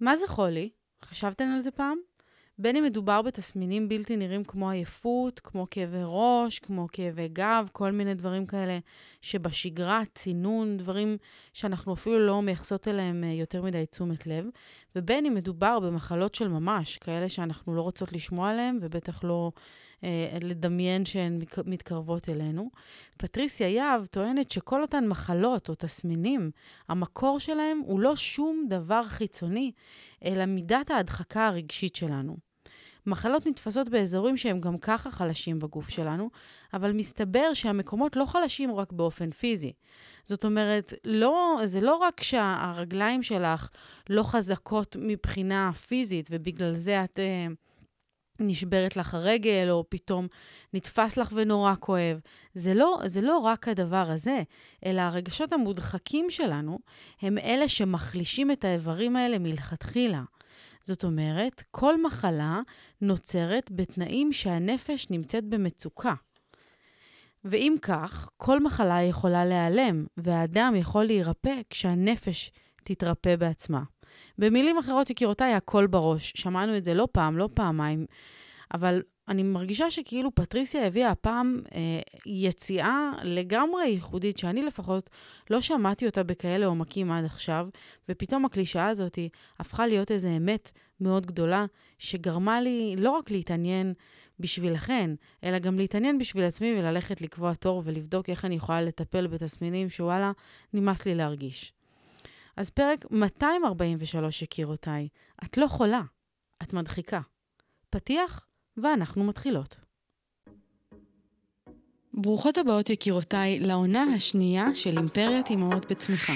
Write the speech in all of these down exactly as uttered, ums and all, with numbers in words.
מה זה חולי? חשבתן על זה פעם? בין אם מדובר בתסמינים בלתי נראים כמו עייפות, כמו כאבי ראש, כמו כאבי גב, כל מיני דברים כאלה שבשגרה, צינון, דברים שאנחנו אפילו לא מייחסות אליהם יותר מדי תשומת לב, ובין אם מדובר במחלות של ממש, כאלה שאנחנו לא רוצות לשמוע עליהם, ובטח לא אה, לדמיין שהן מתקרבות אלינו. פטריסיה יהב טוענת שכל אותן מחלות או תסמינים, המקור שלהם הוא לא שום דבר חיצוני, אלא מידת ההדחקה הרגשית שלנו. מחלות נתפסות באזורים שהם גם ככה חלשים בגוף שלנו, אבל מסתבר שהמקומות לא חלשים רק באופן פיזי. זאת אומרת, לא, זה לא רק שהרגליים שלך לא חזקות מבחינה פיזית, ובגלל זה את אה, נשברת לך הרגל, או פתאום נתפס לך ונורא כואב. זה לא, זה לא רק הדבר הזה, אלא הרגשות המודחקים שלנו, הם אלה שמחלישים את האיברים האלה מלכתחילה. זאת אומרת, כל מחלה נוצרת בתנאים שהנפש נמצאת במצוקה. ואם כך, כל מחלה יכולה להיעלם, והאדם יכול להירפא כשהנפש תתרפא בעצמה. במילים אחרות, יקירותיי, הכל בראש. שמענו את זה לא פעם, לא פעמיים, אבל אני מרגישה שכאילו פטריסיה הביאה הפעם אה, יציאה לגמרי ייחודית, שאני לפחות לא שמעתי אותה בכאלה עומקים עד עכשיו, ופתאום הקלישאה הזאת הפכה להיות איזו אמת מאוד גדולה, שגרמה לי לא רק להתעניין בשבילכן, אלא גם להתעניין בשביל עצמי וללכת לקבוע תור ולבדוק איך אני יכולה לטפל בתסמינים שוואלה, נמאס לי להרגיש. אז פרק מאתיים ארבעים ושלוש, יקירותיי, את לא חולה, את מדחיקה. פתיח ואנחנו מתחילות. ברוכות הבאות, יקירותיי, לעונה השנייה של אימפריית אימהות בצמיחה.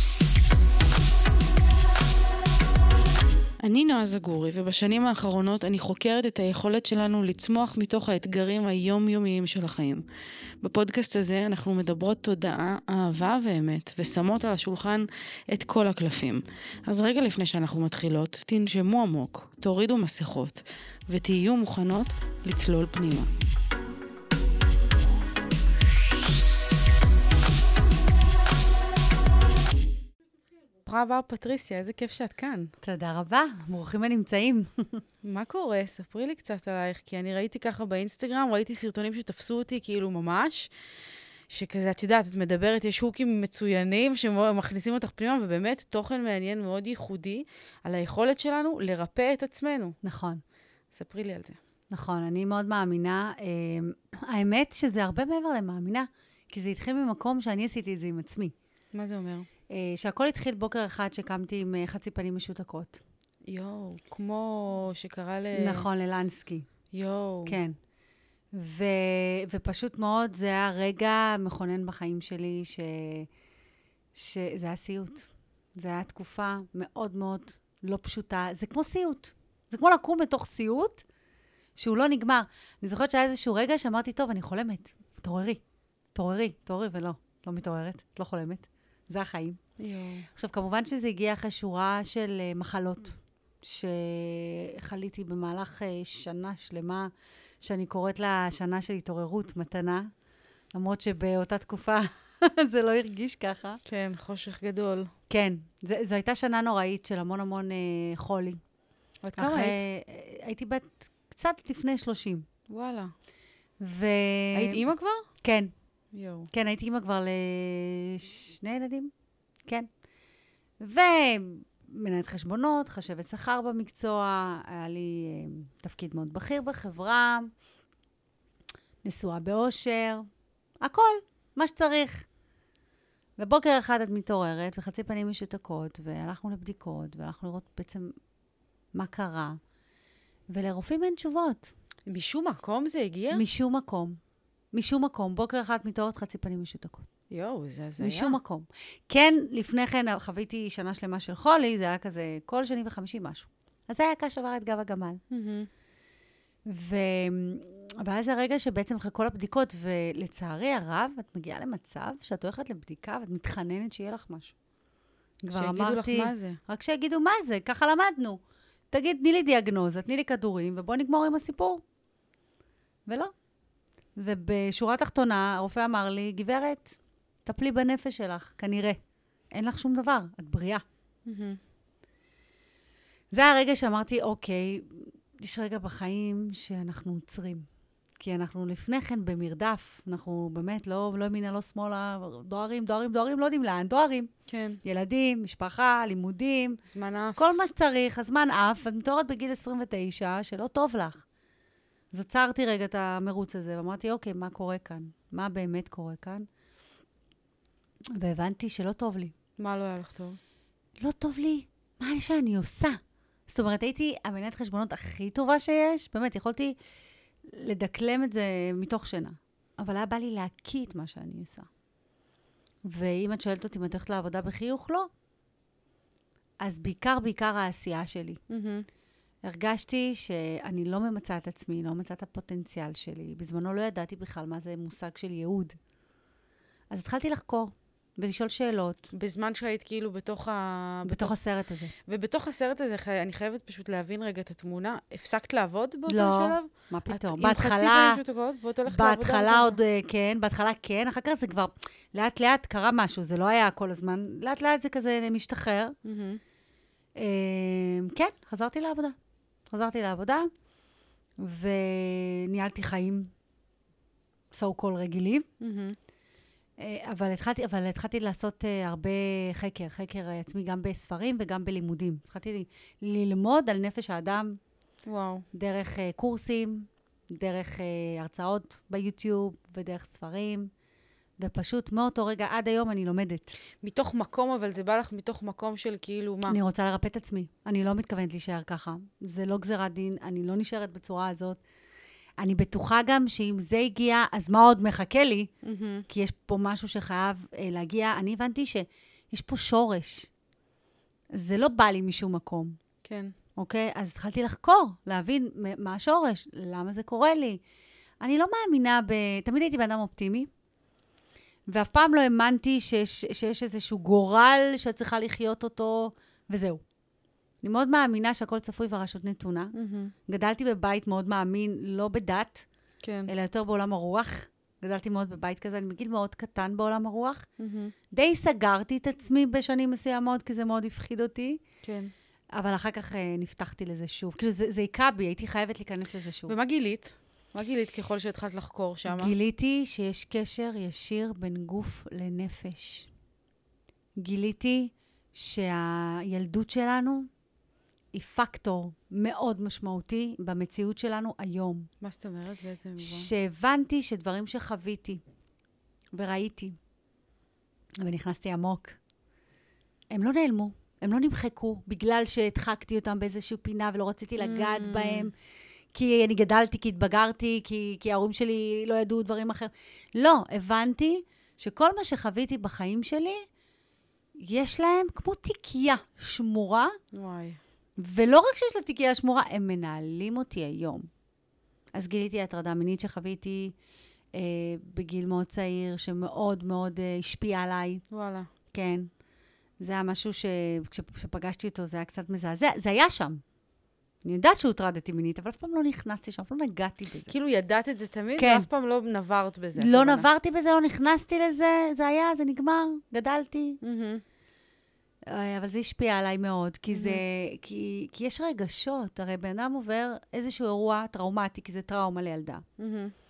אני נועה זגורי, ובשנים האחרונות אני חוקרת את היכולת שלנו לצמוח מתוך האתגרים היומיומיים של החיים. בפודקאסט הזה אנחנו מדברות תודעה, אהבה ואמת, ושמות על השולחן את כל הקלפים. אז רגע לפני שאנחנו מתחילות, תנשמו עמוק, תורידו מסכות, ותהיו מוכנות לצלול פנימה. ברוכה הבאה, פטריסיה, איזה כיף שאת כאן. תודה רבה, ברוכים הנמצאים. מה קורה? ספרי לי קצת עלייך, כי אני ראיתי ככה באינסטגרם, ראיתי סרטונים שתפסו אותי כאילו ממש, שכזה, את יודעת, את מדברת, יש הוקים מצוינים שמכניסים אותך פנימה, ובאמת תוכן מעניין מאוד ייחודי על היכולת שלנו לרפא את עצמנו. נכון. ספרי לי על זה. נכון, אני מאוד מאמינה. האמת שזה הרבה מעבר למאמינה, כי זה התחיל ממקום שאני עשיתי את זה עם עצמי. מה זה אומר? שהכל התחיל בוקר אחד שקמתי עם חצי פנים משותקות. יואו, כמו שקרה ל... נכון, ללנסקי. יואו. כן. ו... ופשוט מאוד, זה היה רגע מכונן בחיים שלי, ש... שזה היה סיוט. זה היה תקופה מאוד מאוד לא פשוטה. זה כמו סיוט. זה כמו לקום בתוך סיוט, שהוא לא נגמר. אני זוכרת שהיה איזשהו רגע שאמרתי, טוב, אני חולמת. תעוררי, תעוררי, תעוררי, ולא, לא מתעוררת, לא חולמת. זה החיים. יו. עכשיו, כמובן שזה הגיע אחרי שורה של uh, מחלות, שחליתי במהלך uh, שנה שלמה, שאני קוראת לה שנה של התעוררות, מתנה, למרות שבאותה תקופה זה לא הרגיש ככה. כן, חושך גדול. כן, זה, זו הייתה שנה נוראית של המון המון uh, חולי. ואת כמה היית? הייתי בת קצת לפני שלושים. וואלה. ו... היית אימא כבר? כן. יו. כן, הייתי אימא כבר לשני ילדים. כן. ומנהלת חשבונות, חשבת שכר במקצוע, היה לי uh, תפקיד מאוד בכיר בחברה, נשואה באושר, הכל, מה שצריך. ובוקר אחד את מתעוררת, וחצי פנים משותקות, והלכנו לבדיקות, והלכנו לראות בעצם מה קרה, ולרופאים אין תשובות. משום מקום זה הגיע? משום מקום. משום מקום. בוקר אחד מתעוררת חצי פנים משותקות. יואו, זה זה היה. משום מקום. כן, לפני כן חוויתי שנה שלמה של חולי, זה היה כזה כל שני וחמישי משהו. אז זה היה כשבר את גב הגמל. ו... ואז זה הרגע שבעצם אחרי כל הבדיקות, ולצערי הרב, את מגיעה למצב שאת הולכת לבדיקה, ואת מתחננת שיהיה לך משהו. כבר אמרתי, לך מה זה. רק שיגידו מה זה, ככה למדנו. תגיד, תני לי דיאגנוזה, תני לי כדורים, ובוא נגמור עם הסיפור. ולא. ובשורה תחתונה, הרופא אמר לי, גברת, טפלי בנפש שלך, כנראה. אין לך שום דבר, את בריאה. זה הרגע שאמרתי, אוקיי, יש רגע בחיים שאנחנו עוצרים. כי אנחנו לפני כן במרדף, אנחנו באמת לא, לא ימינה, לא שמאלה, דוארים, דוארים, דוארים, לא יודעים לאן, דוארים. כן. ילדים, משפחה, לימודים. זמן אף. כל מה שצריך, הזמן אף, ואת מתוארת בגיל עשרים ותשע, שלא טוב לך. אז עצרתי רגע את המרוץ הזה, ואמרתי, אוקיי, מה קורה כאן? מה באמת קורה כאן? והבנתי שלא טוב לי. מה לא היה לך טוב? לא טוב לי, מה שאני עושה? זאת אומרת, הייתי המנהלת חשבונות הכי טובה שיש, באמת, יכולתי לדקלם את זה מתוך שינה. אבל היה בא לי להקיא את מה שאני עושה. ואם את שואלת אותי אם את הולכת לעבודה בחיוך, לא. אז בעיקר, בעיקר העשייה שלי. Mm-hmm. הרגשתי שאני לא ממצאה את עצמי, לא ממצאה את הפוטנציאל שלי. בזמנו לא ידעתי בכלל מה זה מושג של ייעוד. אז התחלתי לחקור ולשאול שאלות. בזמן שהיית כאילו בתוך ה... בתוך הסרט הזה. ובתוך הסרט הזה, אני חייבת פשוט להבין רגע את התמונה. הפסקת לעבוד באותו לא, שלב? מה פתאום. בהתחלה... עם חצי פעמים שתוקעות, ואת הולכת לעבודה? בהתחלה עוד כן, בהתחלה כן, אחר כך זה כבר לאט לאט קרה משהו, זה לא היה כל הזמן, לאט לאט זה כזה משתחרר. Mm-hmm. כן, חזרתי לעבודה. חזרתי לעבודה, וניהלתי חיים so called רגילים. Mm-hmm. אבל התחלתי, אבל התחלתי לעשות uh, הרבה חקר, חקר עצמי גם בספרים וגם בלימודים. התחלתי ללמוד על נפש האדם. וואו. דרך uh, קורסים, דרך uh, הרצאות ביוטיוב ודרך ספרים, ופשוט מאותו רגע עד היום אני לומדת. מתוך מקום, אבל זה בא לך מתוך מקום של כאילו מה? אני רוצה לרפא את עצמי. אני לא מתכוונת להישאר ככה. זה לא גזירת דין, אני לא נשארת בצורה הזאת. אני בטוחה גם שאם זה הגיע, אז מה עוד מחכה לי? Mm-hmm. כי יש פה משהו שחייב אה, להגיע. אני הבנתי שיש פה שורש. זה לא בא לי משום מקום. כן. אוקיי? אז התחלתי לחקור, להבין מה השורש, למה זה קורה לי. אני לא מאמינה ב... תמיד הייתי באדם אופטימי, ואף פעם לא האמנתי שיש, שיש איזשהו גורל שאת צריכה לחיות אותו, וזהו. אני מאוד מאמינה שהכל צפוי והרשות נתונה. Mm-hmm. גדלתי בבית מאוד מאמין, לא בדת, כן. אלא יותר בעולם הרוח. גדלתי מאוד בבית כזה, אני מגיל מאוד קטן בעולם הרוח. Mm-hmm. די סגרתי את עצמי בשנים מסוימות, כי זה מאוד הפחיד אותי. כן. אבל אחר כך אה, נפתחתי לזה שוב. כאילו זה, זה עיקה בי, הייתי חייבת להיכנס לזה שוב. ומה גילית? מה גילית ככל שהתחלת לחקור שם? גיליתי שיש קשר ישיר בין גוף לנפש. גיליתי שהילדות שלנו היא פקטור מאוד משמעותי במציאות שלנו היום. מה זאת אומרת? באיזה מובן? שהבנתי שדברים שחוויתי וראיתי, ונכנסתי עמוק, הם לא נעלמו, הם לא נמחקו, בגלל שהדחקתי אותם באיזושהי פינה ולא רציתי לגעת mm. בהם, כי אני גדלתי, כי התבגרתי, כי, כי ההורים שלי לא ידעו דברים אחרים. לא, הבנתי שכל מה שחוויתי בחיים שלי, יש להם כמו תיקייה שמורה, וואי. ולא רק שיש לה תיקייה שמורה, הם מנהלים אותי היום. אז גיליתי הטרדה מינית שחוויתי אה, בגיל מאוד צעיר, שמאוד מאוד אה, השפיע עליי. וואלה. כן. זה היה משהו ש... כשפגשתי אותו, זה היה קצת מזעזע. זה היה שם. אני יודעת שהוטרדתי מינית, אבל אף פעם לא נכנסתי שם, אף פעם לא נגעתי בזה. כאילו ידעת את זה תמיד, כן. ואף פעם לא נברת בזה. לא נברתי בזה, לא נכנסתי לזה, זה היה, זה נגמר, גדלתי. Mm-hmm. אבל זה השפיע עליי מאוד, כי, mm-hmm. זה, כי, כי יש רגשות, הרי בן אדם עובר איזשהו אירוע טראומטי, כי זה טראומה לילדה. Mm-hmm.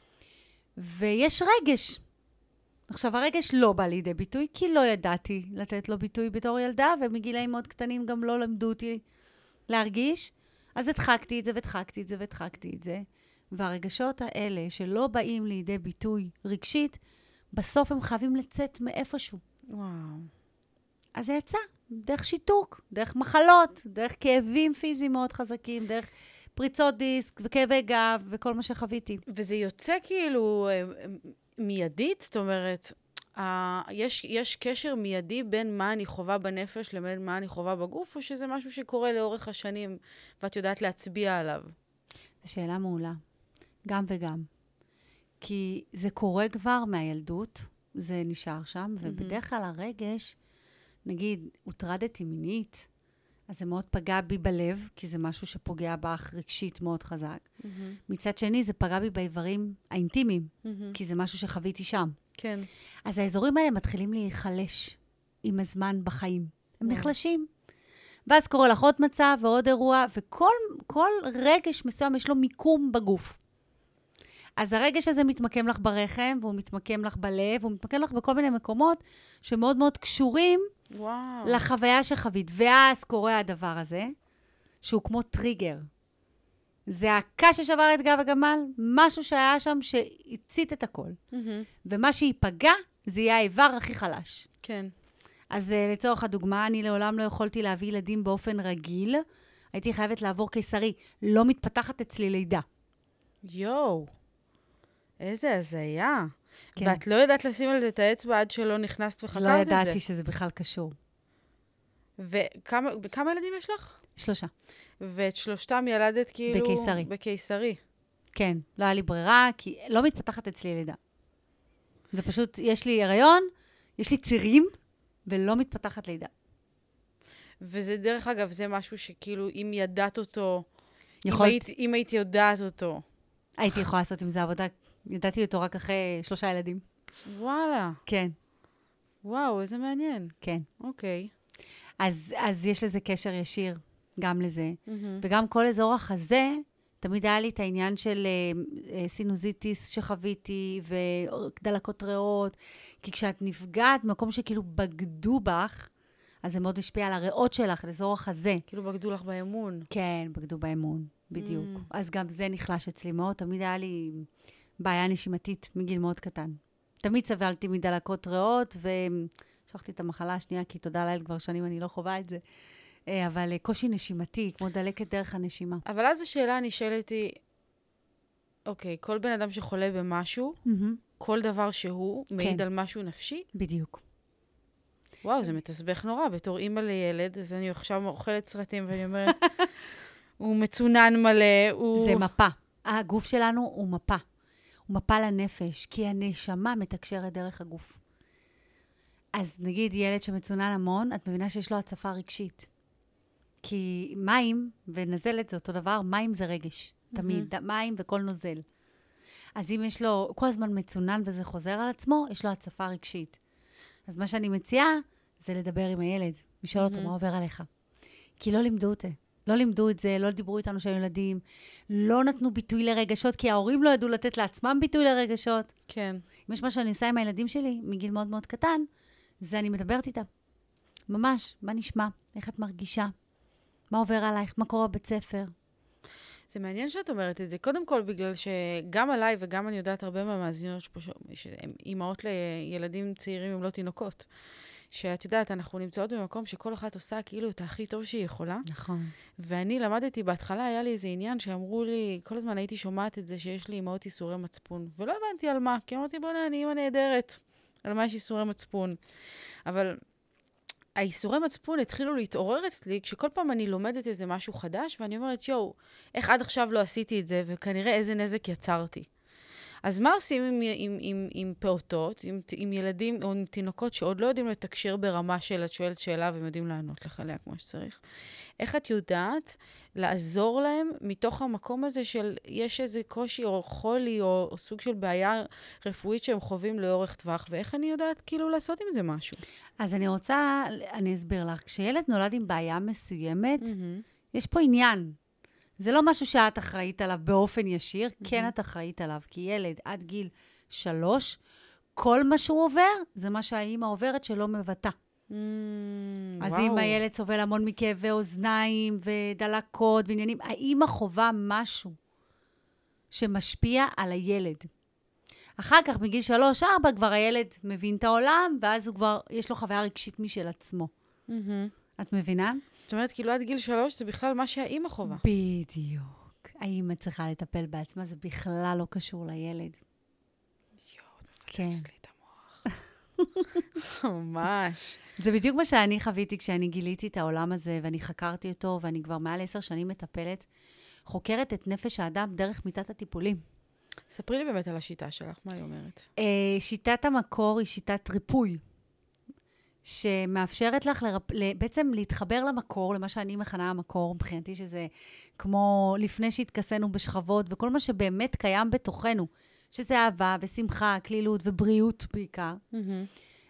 ויש רגש. עכשיו, הרגש לא בא לידי ביטוי, כי לא ידעתי לתת לו ביטוי בתור ילדה, ומגילאים מאוד קטנים גם לא למדו אותי להרגיש. אז הדחקתי את זה, והדחקתי את זה, והדחקתי את זה. והרגשות האלה שלא באים לידי ביטוי רגשית, בסוף הם חייבים לצאת מאיפשהו. וואו. אז זה יצא, דרך שיתוק, דרך מחלות, דרך כאבים פיזיים מאוד חזקים, דרך פריצות דיסק וכאבי גב וכל מה שחוויתי. וזה יוצא כאילו מיידית? זאת אומרת, יש, יש קשר מיידי בין מה אני חובה בנפש לבין מה אני חובה בגוף, או שזה משהו שקורה לאורך השנים ואת יודעת להצביע עליו? זו שאלה מעולה. גם וגם. כי זה קורה כבר מהילדות, זה נשאר שם, mm-hmm. ובדרך כלל הרגש, נגיד, הוטרדתי מינית, אז זה מאוד פגע בי בלב, כי זה משהו שפוגע בך רגשית מאוד חזק. Mm-hmm. מצד שני, זה פגע בי באיברים האינטימיים, mm-hmm. כי זה משהו שחוויתי שם. כן. אז האזורים האלה מתחילים להיחלש עם הזמן בחיים. הם נחלשים. ואז קורה לך עוד מצב ועוד אירוע, וכל כל רגש מסוים יש לו מיקום בגוף. אז הרגש הזה מתמקם לך ברחם, והוא מתמקם לך בלב, והוא מתמקם לך בכל מיני מקומות שמאוד מאוד קשורים וואו. לחוויה שחווית. ואז קורה הדבר הזה, שהוא כמו טריגר. זה הקש ששבר את גב הגמל, משהו שהיה שם שהצית את הכל. Mm-hmm. ומה שיפגע, זה יהיה האיבר הכי חלש. כן. אז לצורך הדוגמה, אני לעולם לא יכולתי להביא ילדים באופן רגיל. הייתי חייבת לעבור קיסרי. לא מתפתחת אצלי לידה. יואו. איזה הזיה. כן. ואת לא יודעת לשים על זה את האצבע עד שלא נכנסת וחקרת לא את זה. לא ידעתי שזה בכלל קשור. וכמה כמה ילדים יש לך? שלושה. ואת שלושתם ילדת כאילו... בקיסרי. בקיסרי. כן, לא היה לי ברירה, כי לא מתפתחת אצלי לידה. זה פשוט, יש לי הריון, יש לי צירים, ולא מתפתחת לידה. וזה, דרך אגב, זה משהו שכאילו, אם ידעת אותו, יכולת... אם, היית, אם הייתי יודעת אותו. הייתי יכולה לעשות עם זה עבודה, ידעתי אותו רק אחרי שלושה ילדים. וואלה. כן. וואו, איזה מעניין. כן. אוקיי. אז, אז יש לזה קשר ישיר, גם לזה. Mm-hmm. וגם כל אזור החזה, תמיד היה לי את העניין של uh, סינוזיטיס שחוויתי, ודלקות ריאות, כי כשאת נפגעת במקום שכאילו בגדו בך, אז זה מאוד משפיע על הריאות שלך, על אזור החזה. כאילו בגדו לך באמון. כן, בגדו באמון, בדיוק. Mm. אז גם זה נחלש אצלי מאוד, תמיד היה לי בעיה נשימתית מגיל מאוד קטן. תמיד סבלתי מדלקות ריאות, ושכחתי את המחלה השנייה, כי תודה לאל כבר שנים אני לא חווה את זה. אבל קושי נשימתי, כמו דלקת דרך הנשימה. אבל אז השאלה נשאלת היא, אוקיי, כל בן אדם שחולה במשהו, mm-hmm. כל דבר שהוא מעיד כן. על משהו נפשי? בדיוק. וואו, זה מתסבך נורא. בתור אימא לילד, אז אני עכשיו אוכלת סרטים ואני אומרת, הוא מצונן מלא, הוא... זה מפה. הגוף שלנו הוא מפה. הוא מפה לנפש, כי הנשמה מתקשרת דרך הגוף. אז נגיד ילד שמצונן המון, את מבינה שיש לו הצפה רגשית. כי מים ונזלת זה אותו דבר, מים זה רגש. תמיד, mm-hmm. מים וכל נוזל. אז אם יש לו כל הזמן מצונן וזה חוזר על עצמו, יש לו הצפה רגשית. אז מה שאני מציעה, זה לדבר עם הילד, לשאול אותו מה עובר עליך. כי לא לימדו אותה. לא לימדו את זה, לא דיברו איתנו שהיו ילדים, לא נתנו ביטוי לרגשות, כי ההורים לא ידעו לתת לעצמם ביטוי לרגשות. כן. אם יש מה שאני עושה עם הילדים שלי, מגיל מאוד מאוד קטן, זה אני מדברת איתה. ממש, מה נשמע? איך את מרגישה? מה עובר עלייך? מה קורה בבית ספר? זה מעניין שאת אומרת את זה. קודם כל, בגלל שגם עליי וגם אני יודעת הרבה מהמאזינות שהן אימהות לילדים צעירים עם לא תינוקות. שאת יודעת, אנחנו נמצאות במקום שכל אחת עושה כאילו את הכי טוב שהיא יכולה. נכון. ואני למדתי, בהתחלה היה לי איזה עניין שאמרו לי, כל הזמן הייתי שומעת את זה שיש לי אימהות איסורי מצפון. ולא הבנתי על מה, כי אמרתי, בוא'נה, אני אימא נהדרת. על מה יש איסורי מצפון. אבל האיסורי מצפון התחילו להתעורר אצלי, כשכל פעם אני לומדת איזה משהו חדש, ואני אומרת, יואו, איך עד עכשיו לא עשיתי את זה, וכנראה איזה נזק יצרתי. אז מה עושים עם, עם, עם, עם פעוטות, עם, עם ילדים או עם תינוקות שעוד לא יודעים לתקשר ברמה של את שואלת שאלה והם יודעים לענות לך עליה כמו שצריך? איך את יודעת לעזור להם מתוך המקום הזה של יש איזה קושי או חולי או, או סוג של בעיה רפואית שהם חווים לאורך טווח, ואיך אני יודעת כאילו לעשות עם זה משהו? אז אני רוצה, אני אסביר לך, כשילד נולד עם בעיה מסוימת, mm-hmm. יש פה עניין. זה לא משהו שאת אחראית עליו באופן ישיר, mm-hmm. כן את אחראית עליו, כי ילד עד גיל שלוש, כל מה שהוא עובר, זה מה שהאימא עוברת שלא מבטא. Mm, אז וואו. אם הילד סובל המון מכאבי אוזניים ודלקות ועניינים, האימא חובה משהו שמשפיע על הילד. אחר כך, מגיל שלוש, ארבע, כבר הילד מבין את העולם, ואז הוא כבר, יש לו חוויה רגשית משל עצמו. Mm-hmm. את מבינה? זאת אומרת, כאילו עד גיל שלוש זה בכלל מה שהאימא חובה. בדיוק. האימא צריכה לטפל בעצמה, זה בכלל לא קשור לילד. יואו, מפוצצת לי את המוח. ממש. זה בדיוק מה שאני חוויתי כשאני גיליתי את העולם הזה, ואני חקרתי אותו, ואני כבר מעל עשר שנים מטפלת, חוקרת את נפש האדם דרך מיטת הטיפולים. ספרי לי באמת על השיטה שלך, מה היא אומרת? שיטת המקור היא שיטת ריפוי. שמאפשרת לך לרפ... בעצם להתחבר למקור, למה שאני מכנה המקור, מבחינתי שזה כמו לפני שהתכסנו בשכבות, וכל מה שבאמת קיים בתוכנו, שזה אהבה ושמחה, כלילות ובריאות בעיקר. Mm-hmm.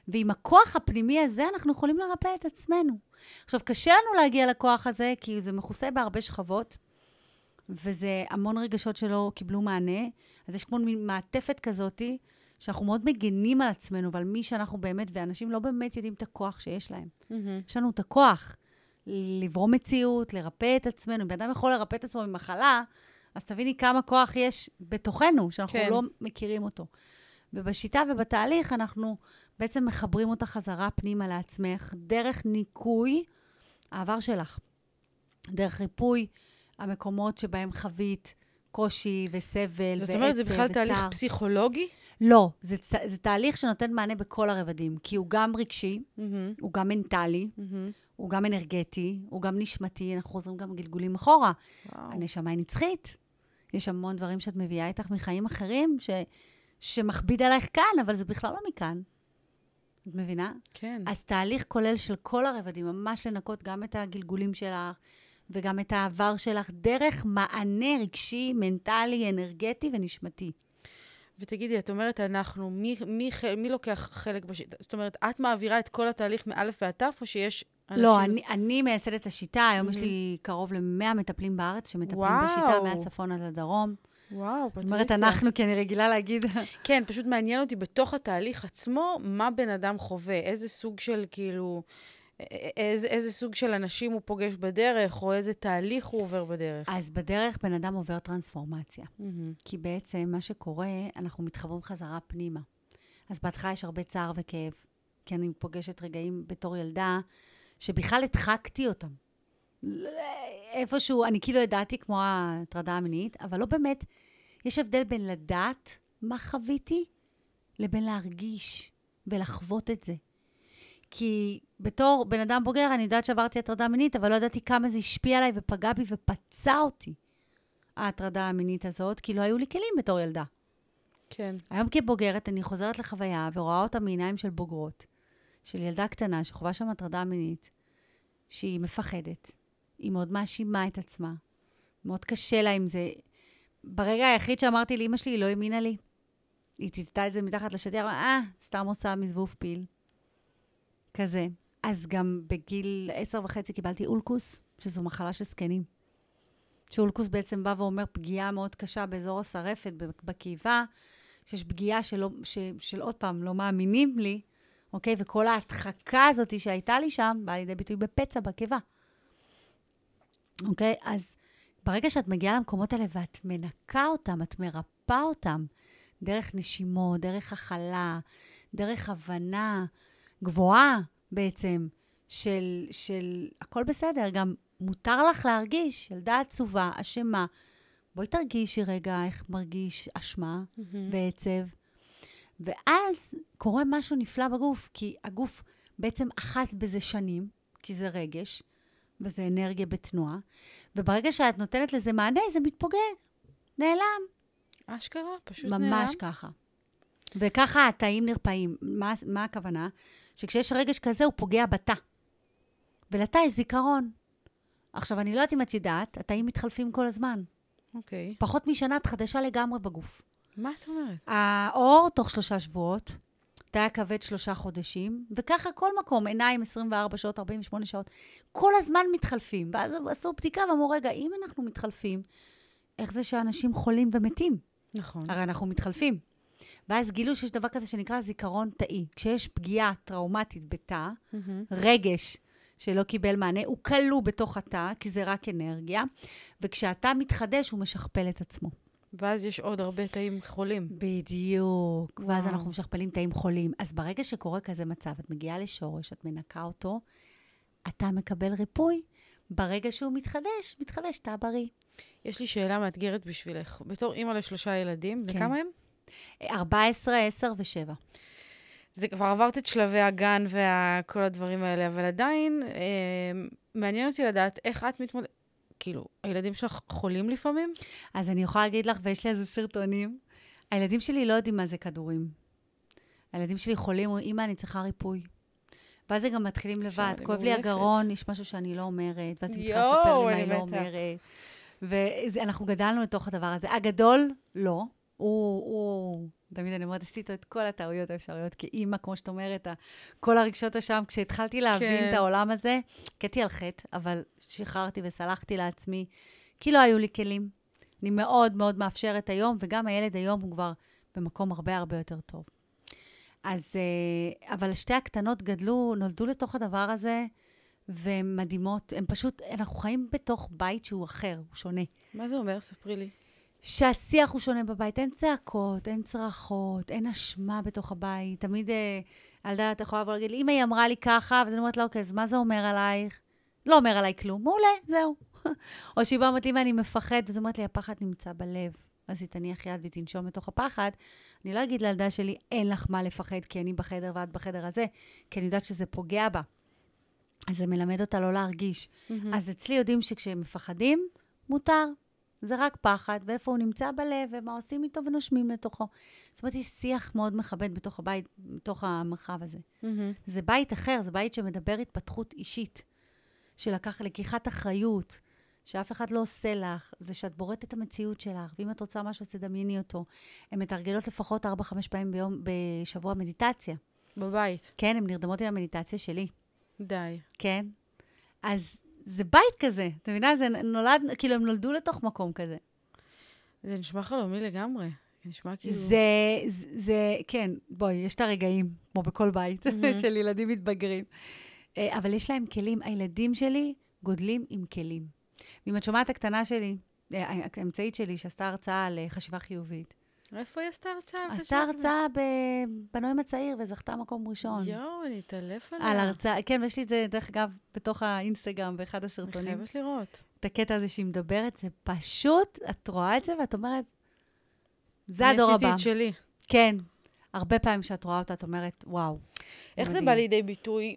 ועם הכוח הפנימי הזה אנחנו יכולים לרפא את עצמנו. עכשיו, קשה לנו להגיע לכוח הזה, כי זה מכוסה בהרבה שכבות, וזה המון רגשות שלא קיבלו מענה. אז יש כמו מעטפת כזאת, שאנחנו מאוד מגנים על עצמנו, ועל מי שאנחנו באמת, ואנשים לא באמת יודעים את הכוח שיש להם. Mm-hmm. יש לנו את הכוח לברום מציאות, לרפא את עצמנו. אם אדם יכול לרפא את עצמו ממחלה, אז תביני כמה כוח יש בתוכנו, שאנחנו כן. לא מכירים אותו. ובשיטה ובתהליך אנחנו בעצם מחברים אותה חזרה פנימה לעצמך, דרך ניקוי העבר שלך. דרך ריפוי המקומות שבהם חווית קושי וסבל ועצב וצער. זאת אומרת, זה בכלל תהליך פסיכולוגי? לא, זה, זה תהליך שנותן מענה בכל הרבדים, כי הוא גם רגשי, mm-hmm. הוא גם מנטלי, mm-hmm. הוא גם אנרגטי, הוא גם נשמתי, אנחנו חוזרים גם גלגולים אחורה. וואו. הנשמה היא נצחית. יש המון דברים שאת מביאה איתך מחיים אחרים, ש, שמכביד עלייך כאן, אבל זה בכלל לא מכאן. את מבינה? כן. אז תהליך כולל של כל הרבדים, ממש לנקות גם את הגלגולים שלך, וגם את העבר שלך, דרך מענה רגשי, מנטלי, אנרגטי ונשמתי. ותגידי, את אומרת, אנחנו, מי, מי, מי לוקח חלק בשיטה? זאת אומרת, את מעבירה את כל התהליך מאלף ועד תף, או שיש אנשים... לא, אני, אני מייסדת את השיטה, היום mm-hmm. יש לי קרוב ל-מאה מטפלים בארץ, שמטפלים וואו. בשיטה מהצפון עד לדרום. וואו, פטריסיה. זאת אומרת, אנחנו, כי אני רגילה להגיד... כן, פשוט מעניין אותי בתוך התהליך עצמו, מה בן אדם חווה, איזה סוג של, כאילו... איזה, איזה סוג של אנשים הוא פוגש בדרך, או איזה תהליך הוא עובר בדרך. אז בדרך בן אדם עובר טרנספורמציה. Mm-hmm. כי בעצם מה שקורה, אנחנו מתחברים חזרה פנימה. אז בהתחלה יש הרבה צער וכאב, כי אני פוגשת רגעים בתור ילדה, שבכלל הדחקתי אותם. איפשהו, אני כאילו ידעתי כמו ההטרדה המינית, אבל לא באמת, יש הבדל בין לדעת מה חוויתי, לבין להרגיש ולחוות את זה. כי בתור בן אדם בוגר, אני יודעת שעברתי הטרדה מינית, אבל לא ידעתי כמה זה השפיע עליי ופגע בי ופצע אותי, ההטרדה המינית הזאת, כי לא היו לי כלים בתור ילדה. כן. היום כבוגרת, אני חוזרת לחוויה ורואה אותה מעיניים של בוגרות, של ילדה קטנה שחווה שם הטרדה מינית, שהיא מפחדת, היא מאוד מאשימה את עצמה, מאוד קשה לה עם זה. ברגע היחיד שאמרתי לאמא שלי, היא לא האמינה לי. היא תיתתה את זה מתחת לשטיח, אה, סתם עושה מזבוב פיל. כזה. אז גם בגיל עשר וחצי קיבלתי אולקוס, שזו מחלה של זקנים. שאולקוס בעצם בא ואומר פגיעה מאוד קשה באזור השרפת, בקיבה, שיש פגיעה שלא, ש, של עוד פעם לא מאמינים לי, אוקיי? וכל ההדחקה הזאת שהייתה לי שם, באה לידי ביטוי בפצע, בקיבה. אוקיי? אז ברגע שאת מגיעה למקומות האלה ואת מנקה אותם, את מרפא אותם, דרך נשימות, דרך החלה, דרך הבנה, גבוהה בעצם, של, של הכל בסדר, גם מותר לך להרגיש, ילדה עצובה, אשמה, בואי תרגישי רגע איך מרגיש אשמה mm-hmm. ועצב, ואז קורה משהו נפלא בגוף, כי הגוף בעצם אחז בזה שנים, כי זה רגש, וזה אנרגיה בתנועה, וברגע שאת נותנת לזה מענה, זה מתפוגג, נעלם. אשכרה, פשוט ממש נעלם. ממש ככה. וככה התאים נרפאים. מה, מה הכוונה? שכשיש רגש כזה, הוא פוגע בתא. ולתא יש זיכרון. עכשיו, אני לא יודעת אם את יודעת, התאים מתחלפים כל הזמן. אוקיי. פחות משנה, תחדשה לגמרי בגוף. מה את אומרת? האור תוך שלושה שבועות, תא הכבד שלושה חודשים, וככה כל מקום, עיניים עשרים וארבע שעות, ארבעים ושמונה שעות, כל הזמן מתחלפים. ואז עשו בדיקה ואמרו, רגע, אם אנחנו מתחלפים, איך זה שאנשים חולים ומתים? נכון. הרי אנחנו מתחלפים. ואז גילו שיש דבר כזה שנקרא זיכרון תאי. כשיש פגיעה טראומטית בתא, mm-hmm. רגש שלא קיבל מענה, הוא כלוא בתוך התא, כי זה רק אנרגיה, וכשהתא מתחדש, הוא משכפל את עצמו. ואז יש עוד הרבה תאים חולים. בדיוק. וואו. ואז אנחנו משכפלים תאים חולים. אז ברגע שקורה כזה מצב, את מגיעה לשורש, את מנקה אותו, אתה מקבל ריפוי, ברגע שהוא מתחדש, מתחדש תא בריא. יש לי שאלה מאתגרת בשבילך. בתור אימא לשלושה ילדים, כן. לכמה הם? ארבע עשרה, עשר ושבע. זה כבר עברת את שלבי הגן וכל הדברים האלה, אבל עדיין אה, מעניין אותי לדעת איך את מתמודדת. כאילו, הילדים שלך חולים לפעמים? אז אני יכולה להגיד לך, ויש לי איזה סרטונים, הילדים שלי לא יודעים מה זה כדורים. הילדים שלי חולים, אמא, אני צריכה ריפוי. ואז הם גם מתחילים לבד. כואב לי הגרון, יש משהו שאני לא אומרת, ואז היא מתחילה לספר לי מה היא לא אומרת. ואנחנו גדלנו לתוך הדבר הזה. הגדול, לא. הוא, הוא תמיד אני אומרת, עשיתי את כל הטעויות האפשריות, כאימא, כמו שאת אומרת, כל הרגשות השם, כשהתחלתי להבין כן. את העולם הזה, קטי על חטא, אבל שחררתי וסלחתי לעצמי, כי לא היו לי כלים. אני מאוד מאוד מאפשרת היום, וגם הילד היום הוא כבר במקום הרבה הרבה יותר טוב. אז, אבל שתי הקטנות גדלו, נולדו לתוך הדבר הזה, והן מדהימות. הן פשוט, אנחנו חיים בתוך בית שהוא אחר, הוא שונה. מה זה אומר? ספרי לי. שהשיח הוא שונה בבית. אין צעקות, אין צרחות, אין אשמה בתוך הבית. תמיד, ילדה, אתה יכולה לבוא להגיד לי, אמא היא אמרה לי ככה, ואז אני אומרת לה, אוקיי, אז מה זה אומר עלייך? לא אומר עליי כלום. מעולה, זהו. או שהיא באה אומרת, אמא, אני מפחד, ואז אומרת לי, הפחד נמצא בלב. אז היא תניח יד ותנשום מתוך הפחד. אני לא אגיד לילדה שלי, אין לך מה לפחד, כי אני בחדר ואת בחדר הזה, כי אני יודעת שזה פוגע בה. אז זה מלמד אותה לא להרגיש. Mm-hmm. אז אצלי יודעים שכשהם מפחדים, מותר. זה רק פחד, ואיפה הוא נמצא בלב, ומה עושים איתו ונושמים לתוכו. זאת אומרת, יש שיח מאוד מכבד בתוך הבית, בתוך המרחב הזה. Mm-hmm. זה בית אחר, זה בית שמדבר התפתחות אישית, שלקח לקיחת אחריות, שאף אחד לא עושה לך, זה שאת בוראת את המציאות שלך, ואם את רוצה משהו, תדמייני אותו. הן מתרגלות לפחות ארבע חמש פעמים ביום, בשבוע מדיטציה. בבית. כן, הן נרדמות עם המדיטציה שלי. די. כן. אז זה בית כזה, אתה מבינה? זה נולד, כאילו, הם נולדו לתוך מקום כזה. זה נשמע חלומי לגמרי. זה נשמע כאילו... זה, זה, זה, כן, בואי, יש את הרגעים, כמו בכל בית, של ילדים מתבגרים. אבל יש להם כלים. הילדים שלי גודלים עם כלים. ואם את שומעת הקטנה שלי, האמצעית שלי, שעשתה הרצאה על חשיבה חיובית. איפה היא עשתה הרצאה? עשתה הרצאה בנועם הצעיר, וזכתה מקום ראשון. יואו, אני אתעלף עליה. על הרצאה, כן, ויש לי את זה, דרך אגב, בתוך האינסטגרם, באחד הסרטונים. אני חייבת לראות. את הקטע הזה שהיא מדברת, זה פשוט, את רואה את זה, ואת אומרת, זה הדור הבא. אני עשיתי את שלי. כן. הרבה פעמים שאת רואה אותה, את אומרת, וואו. איך זה בא לידי ביטוי,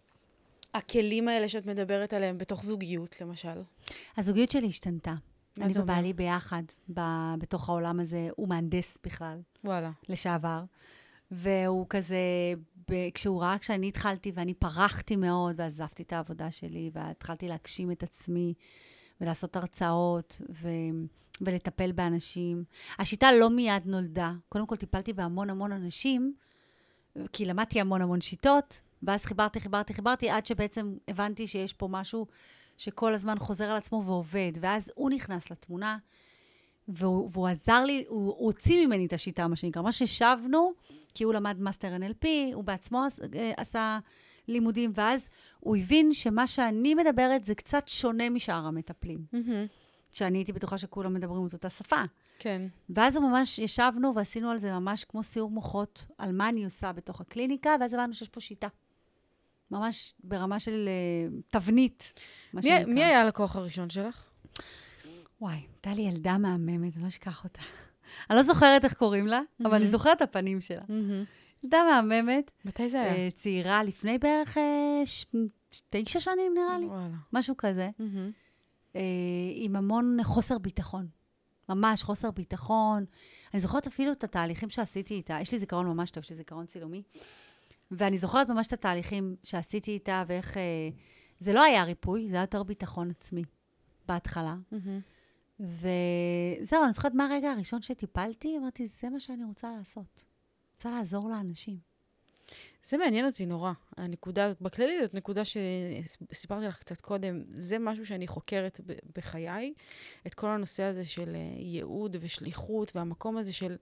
הכלים האלה שאת מדברת עליהם, בתוך זוגיות, למשל? הזוגיות שלי השתנתה. אני ובעלי ביחד, בתוך העולם הזה, הוא מהנדס בכלל. וואלה. לשעבר. והוא כזה, כשהוא ראה כשאני התחלתי, ואני פרחתי מאוד, ועזבתי את העבודה שלי, והתחלתי להגשים את עצמי, ולעשות הרצאות, ו... ולטפל באנשים. השיטה לא מיד נולדה. קודם כל טיפלתי בהמון המון אנשים, כי למדתי המון המון שיטות, ואז חיברתי, חיברתי, חיברתי, עד שבעצם הבנתי שיש פה משהו שכל הזמן חוזר על עצמו ועובד. ואז הוא נכנס לתמונה, והוא, והוא עזר לי, הוא, הוא הוציא ממני את השיטה, מה שנקרא. מה ששבנו, כי הוא למד מאסטר אן אל פי, הוא בעצמו עשה לימודים, ואז הוא הבין שמה שאני מדברת זה קצת שונה משאר המטפלים. Mm-hmm. שאני הייתי בטוחה שכולם מדברים את אותה שפה. כן. ואז ממש ישבנו ועשינו על זה ממש כמו סיור מוחות, על מה אני עושה בתוך הקליניקה, ואז הבנו שיש פה שיטה. ממש ברמה של uh, תבנית. מי, מי היה הלקוח הראשון שלך? וואי, הייתה לי ילדה מהממת, אני לא אשכח אותה. אני לא זוכרת איך קוראים לה, mm-hmm. אבל אני זוכרת את הפנים שלה. Mm-hmm. ילדה מהממת. מתי זה היה? Uh, צעירה לפני בערך uh, ש... תשע שנים נראה לי. וואלה. משהו כזה. Mm-hmm. עם המון חוסר ביטחון. ממש חוסר ביטחון. אני זוכרת אפילו את התהליכים שעשיתי איתה. יש לי זיכרון ממש טוב, יש לי זיכרון צילומי. ואני זוכרת ממש את התהליכים שעשיתי איתה, ואיך... זה לא היה ריפוי, זה היה יותר ביטחון עצמי בהתחלה. Mm-hmm. וזהו, אני זוכרת מהרגע הראשון שטיפלתי, אמרתי, זה מה שאני רוצה לעשות. רוצה לעזור לאנשים. זה מעניין אותי נורא. הנקודה הזאת, בכללי זאת נקודה שסיפרתי לך קצת קודם, זה משהו שאני חוקרת בחיי, את כל הנושא הזה של ייעוד ושליחות, והמקום הזה של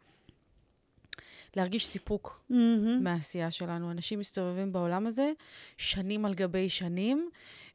להרגיש סיפוק mm-hmm. מהעשייה שלנו. אנשים מסתובבים בעולם הזה, שנים על גבי שנים,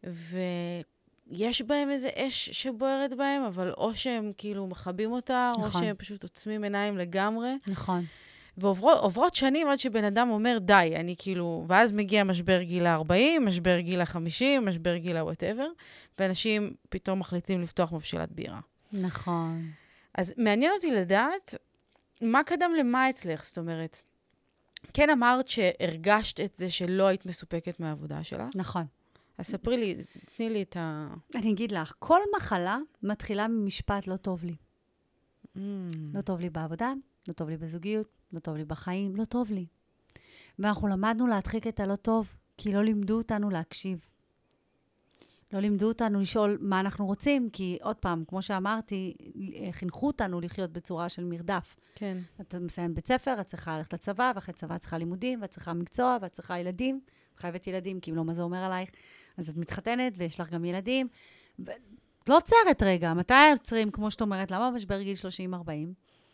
ויש בהם איזה אש שבוערת בהם, אבל או שהם כאילו מחבים אותה, נכון. או שהם פשוט עוצמים עיניים לגמרי. נכון. ועוברות שנים עד שבן אדם אומר, די, אני כאילו, ואז מגיע משבר גיל ה-ארבעים, משבר גיל ה-חמישים, משבר גיל ה-whatever, ואנשים פתאום מחליטים לפתוח מבשלת בירה. נכון. אז מעניין אותי לדעת, מה קדם למה אצלך? זאת אומרת, כן אמרת שהרגשת את זה שלא היית מסופקת מהעבודה שלה? נכון. אז ספרי לי, תני לי את ה... אני אגיד לך, כל מחלה מתחילה ממשפט לא טוב לי. Mm. לא טוב לי בעבודה, לא טוב לי בזוגיות, לא טוב לי בחיים, לא טוב לי. ואנחנו למדנו להדחיק את הלא טוב, כי לא לימדו אותנו להקשיב. לא לימדו אותנו לשאול מה אנחנו רוצים, כי עוד פעם, כמו שאמרתי, חינכו אותנו לחיות בצורה של מרדף. כן. אתה מסיים בית ספר, את צריכה ללכת לצבא, ואחרי צבא את צריכה לימודים, ואת צריכה מקצוע, ואת צריכה ילדים. את חייבת ילדים, כי אם לא, מה זה אומר עלייך? אז את מתחתנת, ויש לך גם ילדים. ו... לא עוצרת רגע. מתי עוצרים, כמו שאת אומרת, למה משבר גיל שלושים ארבעים?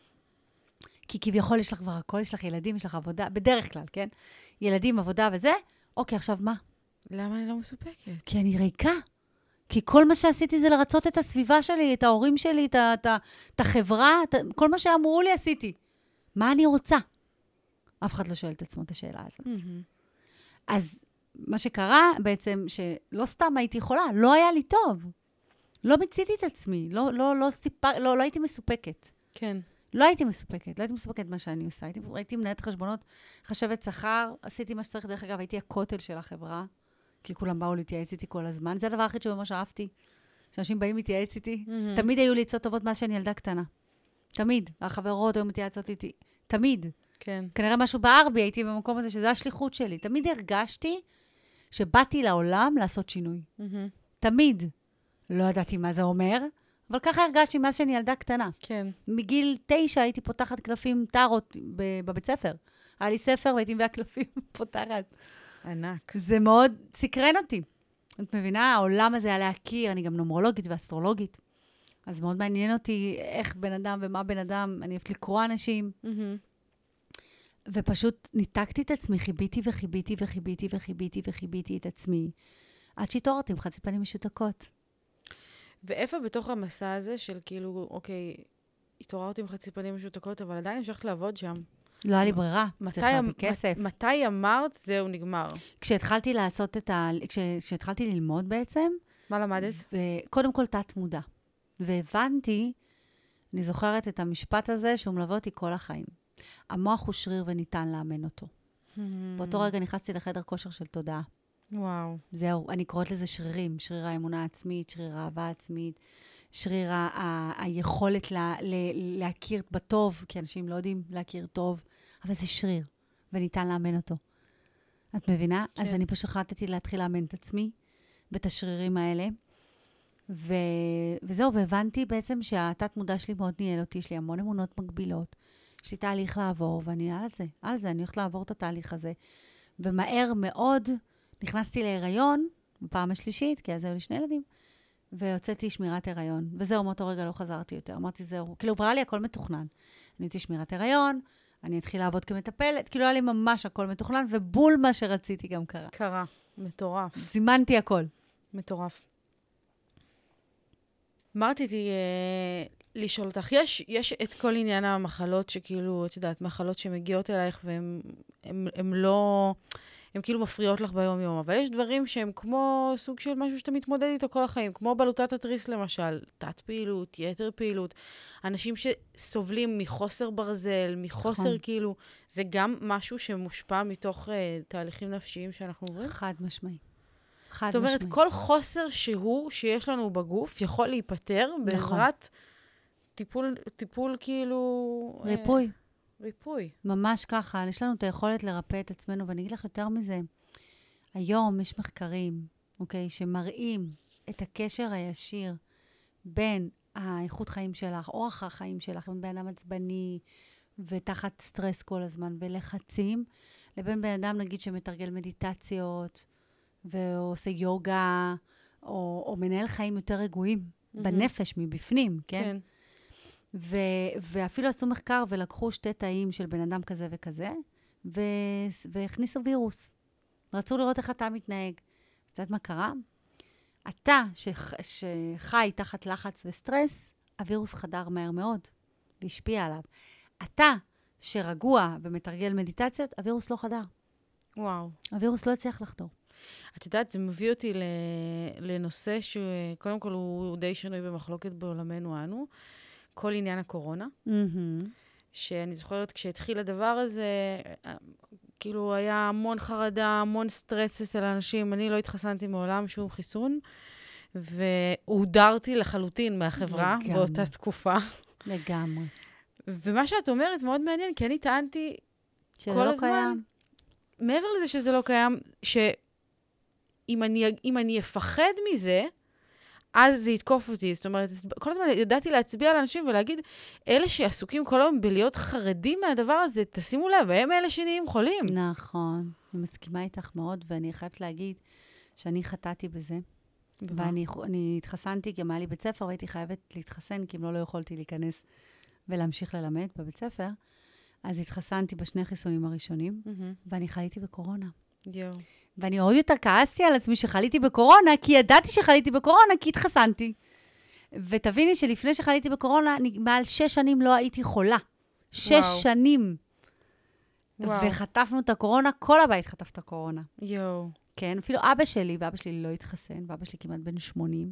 כי כביכול יש לך כבר הכל, יש לך ילדים, יש לך עבודה, בדרך כלל, כן? ילדים, עבודה וזה. אוקיי, עכשיו מה? למה אני לא מסופקת? כי אני ריקה. כי כל מה שעשיתי זה לרצות את הסביבה שלי, את ההורים שלי, את, את, את החברה, את, כל מה שאמרו לי עשיתי. מה אני רוצה? אף אחד לא שואל את עצמו את השאלה הזאת. Mm-hmm. אז מה שקרה בעצם, שלא סתם הייתי יכולה, לא היה לי טוב. לא מציתי את עצמי, לא, לא, לא, סיפק, לא, לא הייתי מסופקת. כן. לא הייתי מסופקת, לא הייתי מסופקת מה שאני עושה. הייתי, הייתי מנהלת חשבונות, חשבת שכר, עשיתי מה שצריך, דרך אגב, הייתי הכותל של החברה. כי כולם באו להתייעץ איתי כל הזמן. זה הדבר הכי שממש אהבתי. שאנשים באים להתייעץ איתי. Mm-hmm. תמיד היו לי עצות טובות מאז שאני ילדה קטנה. תמיד. החברות היו מתייעצות איתי. תמיד. כן. כנראה משהו בער בי, הייתי במקום הזה, שזה השליחות שלי. תמיד הרגשתי שבאתי לעולם לעשות שינוי. Mm-hmm. תמיד. לא ידעתי מה זה אומר, אבל ככה הרגשתי מאז שאני ילדה קטנה. כן. מגיל תשע הייתי פותחת קלפים טארות בבית ספר. היה לי ספר והייתי מביאה קלפים פותחת. ענק. זה מאוד סקרן אותי. את מבינה? העולם הזה היה להכיר, אני גם נומרולוגית ואסטרולוגית. אז מאוד מעניין אותי איך בן אדם ומה בן אדם, אני אוהבת לקרוא אנשים. Mm-hmm. ופשוט ניתקתי את עצמי, חיביתי וחיביתי וחיביתי וחיביתי וחיביתי את עצמי. עד שהתעוררתי עם חצי פנים משותקות. ואיפה בתוך המסע הזה של כאילו, אוקיי, התעוררתי עם חצי פנים משותקות, אבל עדיין המשכת לעבוד שם. לא היה לי ברירה, צריך להביא כסף. מתי אמרת, זהו נגמר? כשהתחלתי לעשות את ה... כשהתחלתי ללמוד בעצם... מה למדת? קודם כל תת מודע. והבנתי, אני זוכרת את המשפט הזה, שהוא מלווה אותי כל החיים. המוח הוא שריר וניתן לאמן אותו. באותו רגע נכנסתי לחדר כושר של תודעה. וואו. זהו, אני קוראת לזה שרירים. שריר האמונה העצמית, שריר האהבה העצמית, שריר ה- ה- היכולת לה, ל- להכיר בטוב, כי אנשים לא יודעים להכיר טוב, אבל זה שריר, וניתן לאמן אותו. את מבינה? כן. אז אני פשוט החלטתי להתחיל לאמן את עצמי, ואת השרירים האלה, ו- וזהו, והבנתי בעצם שהתת מודע שלי מאוד ניהל אותי, יש לי המון אמונות מגבילות, יש לי תהליך לעבור, ואני על זה, על זה, אני הולכת לעבור את התהליך הזה, ומהר מאוד נכנסתי להיריון, בפעם השלישית, כי אז היו לי שני ילדים, והוצאתי שמירת הריון. וזהו, מאותו רגע לא חזרתי יותר. אמרתי, זהו, כאילו, בראה לי הכל מתוכנן. אני הייתי שמירת הריון, אני התחיל לעבוד כמטפלת, כאילו, היה לי ממש הכל מתוכנן, ובול מה שרציתי גם קרה. קרה, מטורף. זימנתי הכל. מטורף. מה רציתי אה, לשאול אותך? יש, יש את כל עניין המחלות שכאילו, את יודעת, מחלות שמגיעות אלייך, והן הם, הם לא... הן כאילו מפריעות לך ביום יום, אבל יש דברים שהם כמו סוג של משהו שאתה מתמודד איתו כל החיים, כמו בלוטת התריס למשל, תת פעילות, יתר פעילות, אנשים שסובלים מחוסר ברזל, מחוסר נכון. כאילו, זה גם משהו שמושפע מתוך uh, תהליכים נפשיים שאנחנו עוברים? חד משמעי. חד זאת אומרת, משמעי. כל חוסר שהוא, שיש לנו בגוף, יכול להיפטר נכון. בעזרת טיפול, טיפול כאילו... ריפוי. Uh, ריפוי. ממש ככה, יש לנו את היכולת לרפא את עצמנו, ואני אגיד לך יותר מזה, היום יש מחקרים, אוקיי, שמראים את הקשר הישיר בין האיכות חיים שלך, אורח החיים שלך, בין בן אדם עצבני, ותחת סטרס כל הזמן, ולחצים, לבין בן אדם, נגיד, שמתרגל מדיטציות, ועושה יוגה, או, או מנהל חיים יותר רגועים, mm-hmm. בנפש, מבפנים, כן? כן. ו- ואפילו עשו מחקר ולקחו שתי תאים של בן אדם כזה וכזה, ו- והכניסו וירוס. רצו לראות איך אתה מתנהג. את יודעת מה קרה? אתה שח- שחי תחת לחץ וסטרס, הווירוס חדר מהר מאוד, והשפיע עליו. אתה שרגוע ומתרגל מדיטציות, הווירוס לא חדר. וואו. הווירוס לא הצליח לחדור. את יודעת, זה מביא אותי לנושא שקודם כל הוא די שנוי במחלוקת בעולמנו אנו, כל עניין הקורונה, mm-hmm. שאני זוכרת כשהתחיל הדבר הזה, כאילו היה המון חרדה, המון סטרס אצל האנשים, אני לא התחסנתי מעולם שום חיסון, והודרתי לחלוטין מהחברה לגמרי. באותה תקופה. לגמרי. ומה שאת אומרת מאוד מעניין, כי אני טענתי כל לא הזמן, קיים. מעבר לזה שזה לא קיים, ש... אם אני, אם אני אפחד מזה, אז זה יתקוף אותי. זאת אומרת, כל הזמן ידעתי להצביע על אנשים ולהגיד, אלה שעסוקים כל היום בלהיות חרדים מהדבר הזה, תשימו לב, הם אלה שנהיים חולים. נכון. אני מסכימה איתך מאוד, ואני חייבת להגיד שאני חטאתי בזה. ואני אני התחסנתי, גם היה לי בית ספר, והייתי חייבת להתחסן, כי אם לא, לא יכולתי להיכנס ולהמשיך ללמד בבית ספר. אז התחסנתי בשני חיסונים הראשונים, ואני חליתי בקורונה. יו. ואני עוד יותר כעסתי על עצמי שחליתי בקורונה, כי ידעתי שחליתי בקורונה, כי התחסנתי. ותביני שלפני שחליתי בקורונה, אני מעל שש שנים לא הייתי חולה. שש וואו. שנים. וואו. וחטפנו את הקורונה, כל הבית חטף את הקורונה. יו. כן, אפילו אבא שלי, ואבא שלי לא התחסן, ואבא שלי כמעט בן שמונים.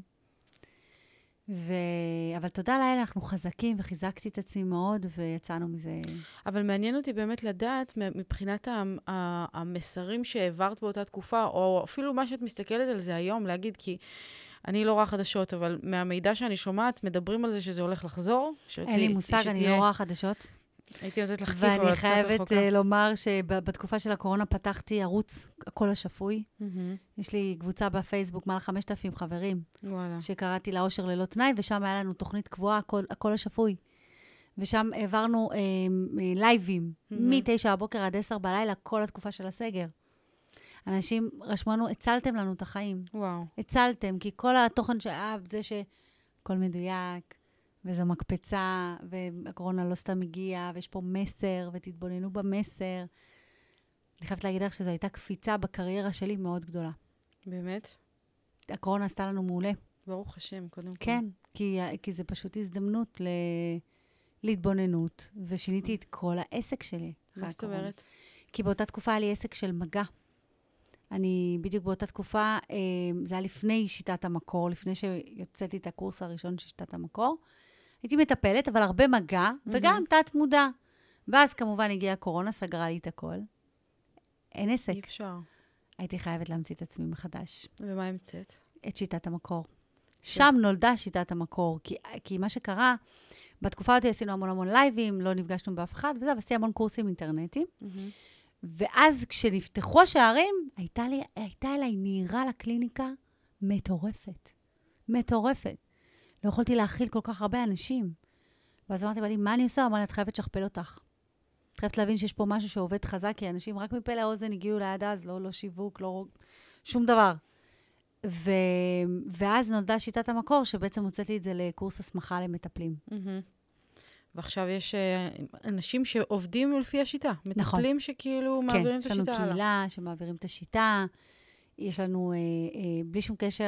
ו... אבל תודה לאל, אנחנו חזקים, וחיזקתי את עצמי מאוד, ויצאנו מזה. אבל מעניין אותי באמת לדעת, מבחינת המסרים שהעברת באותה תקופה, או אפילו מה שאת מסתכלת על זה היום, להגיד, כי אני לא רואה חדשות, אבל מהמידע שאני שומעת, מדברים על זה שזה הולך לחזור. אין לי מושג, אני לא רואה חדשות. הייתי נותנת לך כיף, אבל ואני חייבת לומר שבתקופה של הקורונה פתחתי ערוץ הקול השפוי. יש לי קבוצה בפייסבוק, מעל חמשת אלפים חברים, שקראתי לה אושר ללא תנאי, ושם היה לנו תוכנית קבועה, הקול השפוי. ושם העברנו לייבים, מתשע בבוקר עד עשר בלילה, כל התקופה של הסגר. אנשים רשמו לנו, הצלתם לנו את החיים. וואו. הצלתם, כי כל התוכן שהיה, זה שכל מדויק, וזו מקפצה, והקורונה לא סתם הגיעה, ויש פה מסר, ותתבוננו במסר. אני חייבת להגיד לך שזו הייתה קפיצה בקריירה שלי מאוד גדולה. באמת? הקורונה עשתה לנו מעולה. ברוך השם, קודם כל. כן, כי, כי זה פשוט הזדמנות ל, להתבוננות, ושיניתי את כל העסק שלי. מה זאת אומרת? כי באותה תקופה היה לי עסק של מגע. אני בדיוק באותה תקופה, זה היה לפני שיטת המקור, לפני שיוצאתי את הקורס הראשון של שיטת המקור. הייתי מטפלת, אבל הרבה מגע, וגם תת מודע. ואז כמובן הגיעה הקורונה, סגרה לי את הכל. אין עסק. אי אפשר. הייתי חייבת להמציא את עצמי מחדש. ומה המצאת? את שיטת המקור. שם נולדה שיטת המקור, כי, כי מה שקרה, בתקופה אותי עשינו המון המון לייבים, לא נפגשנו באף אחד, וזה, ועשיתי המון קורסים אינטרנטיים. ואז כשנפתחו השערים, הייתה, לי, הייתה אליי נהירה לקליניקה מטורפת. מטורפת. לא יכולתי להכיל כל כך הרבה אנשים. ואז אמרתי, לי, מה אני עושה? אמרתי, את חייבת לשכפל אותך. את חייבת להבין שיש פה משהו שעובד חזק, כי אנשים רק מפה לאוזן הגיעו ליד אז, לא, לא שיווק, לא שום דבר. ו... ואז נולדה שיטת המקור, שבעצם הוצאתי את זה לקורס הסמכה למטפלים. ועכשיו יש אנשים שעובדים לפי השיטה. נכון. מטפלים שכאילו מעבירים כן, את השיטה. כן, יש לנו קהילה שמעבירים את השיטה. יש לנו, אה, אה, בלי שום קשר,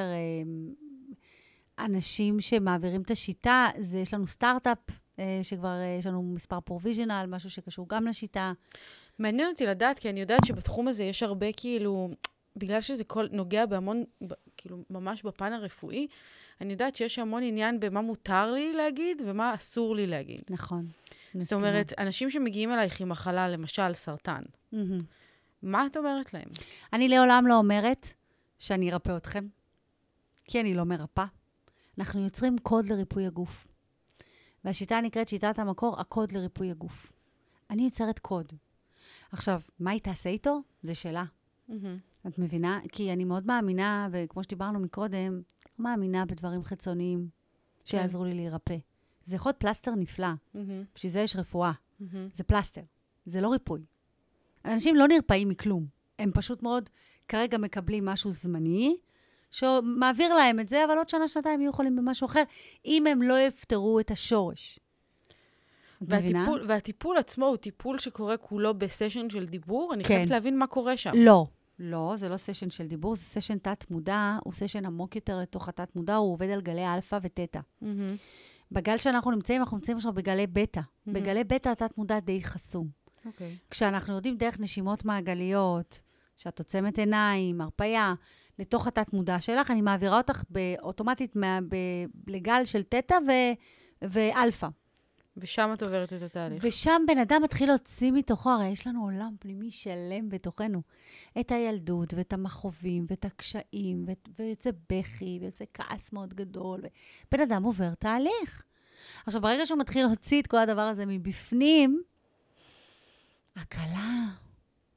אה, אנשים שמעבירים את השיטה. זה, יש לנו סטארט-אפ, אה, שכבר אה, יש לנו מספר פרוביז'נל, משהו שקשור גם לשיטה. מעניין אותי לדעת, כי אני יודעת שבתחום הזה יש הרבה כאילו, בגלל שזה כל, נוגע בהמון, כאילו ממש בפן הרפואי, אני יודעת שיש המון עניין במה מותר לי להגיד ומה אסור לי להגיד. נכון. זאת אומרת, אנשים שמגיעים אלייך עם מחלה, למשל סרטן, mm-hmm. מה את אומרת להם? אני לעולם לא אומרת שאני ארפא אתכם, כי אני לא מרפא. אנחנו יוצרים קוד לריפוי הגוף. והשיטה נקראת שיטת המקור, הקוד לריפוי הגוף. אני יוצרת קוד. עכשיו, מה היא תעשה איתו? זה שאלה. Mm-hmm. את מבינה? כי אני מאוד מאמינה, וכמו שדיברנו מקודם, לא מאמינה בדברים חיצוניים שיעזרו לי להירפא. זה יכול להיות פלסטר נפלא. Mm-hmm. בשביל זה יש רפואה. Mm-hmm. זה פלסטר. זה לא ריפוי. אנשים לא נרפאים מכלום. הם פשוט מאוד כרגע מקבלים משהו זמני, שמעביר להם את זה, אבל עוד שנה, שנתיים יהיו יכולים במשהו אחר, אם הם לא יפתרו את השורש. את מבינה? והטיפול עצמו הוא טיפול שקורה כולו בסשן של דיבור? אני חייבת להבין מה קורה שם. לא. לא, זה לא סשן של דיבור, זה סשן תת-מודע, הוא סשן עמוק יותר לתוך התת-מודע, הוא עובד על גלי אלפא וטטא. Mm-hmm. בגל שאנחנו נמצאים, אנחנו נמצאים עכשיו בגלי בטא. Mm-hmm. בגלי בטא התת-מודע די חסום. Okay. כשאנחנו יודעים דרך נשימות מעגליות, שאת עוצמת עיניים, הרפיה, לתוך התת-מודע שלך, אני מעבירה אותך באוטומטית מה, ב, לגל של תטא ו, ואלפא. ושם את עוברת את התהליך. ושם בן אדם מתחיל להוציא מתוכו, הרי יש לנו עולם פנימי שלם בתוכנו. את הילדות, ואת המחובים, ואת הקשיים, ואת, ויוצא בכי, ויוצא כעס מאוד גדול. ו... בן אדם עובר תהליך. עכשיו, ברגע שהוא מתחיל להוציא את כל הדבר הזה מבפנים, הקלה,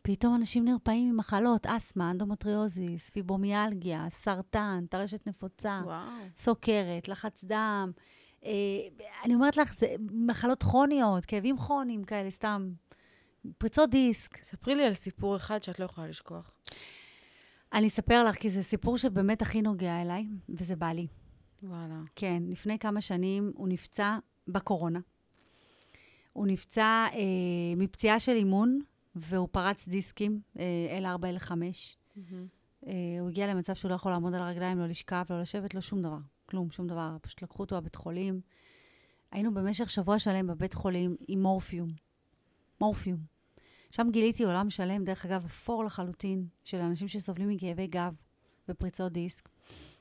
פתאום אנשים נרפאים ממחלות, אסמה, אנדומטריוזיס, פיברומיאלגיה, סרטן, טרשת נפוצה, וואו. סוכרת, לחץ דם. אה, אני אומרת לך, זה מחלות כרוניות, כאבים כרוניים כאלה, סתם. פריצות דיסק. ספרי לי על סיפור אחד שאת לא יכולה לשכוח. אני אספר לך, כי זה סיפור שבאמת הכי נוגע אליי, וזה בעלי. וואלה. כן, לפני כמה שנים הוא נפצע בקורונה. הוא נפצע אה, מפציעה של אימון, והוא פרץ דיסקים, אה, אל ארבע, אל חמש. Mm-hmm. אה, הוא הגיע למצב שהוא לא יכול לעמוד על הרגליים, לא לשכב, לא לשבת, לא שום דבר. כלום, שום דבר. פשוט לקחו אותו בבית חולים. היינו במשך שבוע שלם בבית חולים עם מורפיום. מורפיום. שם גיליתי עולם שלם, דרך אגב, אפור לחלוטין, של אנשים שסובלים מכאבי גב ופריצות דיסק.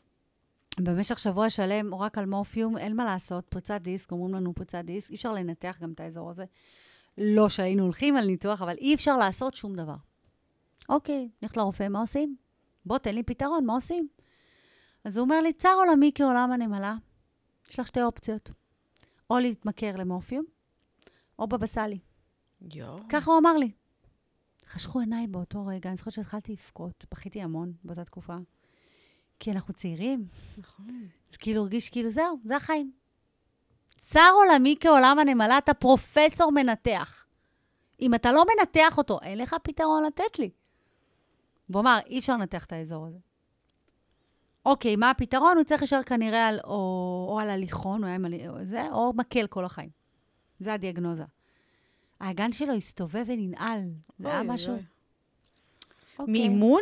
במשך שבוע שלם, הוא רק על מורפיום, אין מה לעשות, פריצת דיסק, אומרים לנו פריצת דיסק, אי אפשר לנתח גם את האזור הזה. לא שהיינו הולכים על ניתוח, אבל אי אפשר לעשות שום דבר. אוקיי, נלכת לרופא, מה עושים? בוא, תן לי פתרון, מה עושים? אז הוא אומר לי, צר עולמי כעולם הנמלה, יש לך שתי אופציות. או להתמכר למורפיום, או בבסלי. יו. ככה הוא אמר לי. חשכו עיניי באותו רגע, אני זוכרת שהתחלתי לפקוט, בכיתי המון באותה תקופה. כי אנחנו צעירים. נכון. אז כאילו הרגיש כאילו, זהו, זה החיים. צר עולמי כעולם הנמלה, אתה פרופסור מנתח. אם אתה לא מנתח אותו, אין לך פתרון לתת לי. והוא אמר, אי אפשר לנתח את האזור הזה. אוקיי, מה הפתרון? הוא צריך להישאר כנראה על, או, או על הליכון, או, או, זה, או מקל כל החיים. זה הדיאגנוזה. האגן שלו הסתובב וננעל. זה היה משהו... אוקיי. מאימון?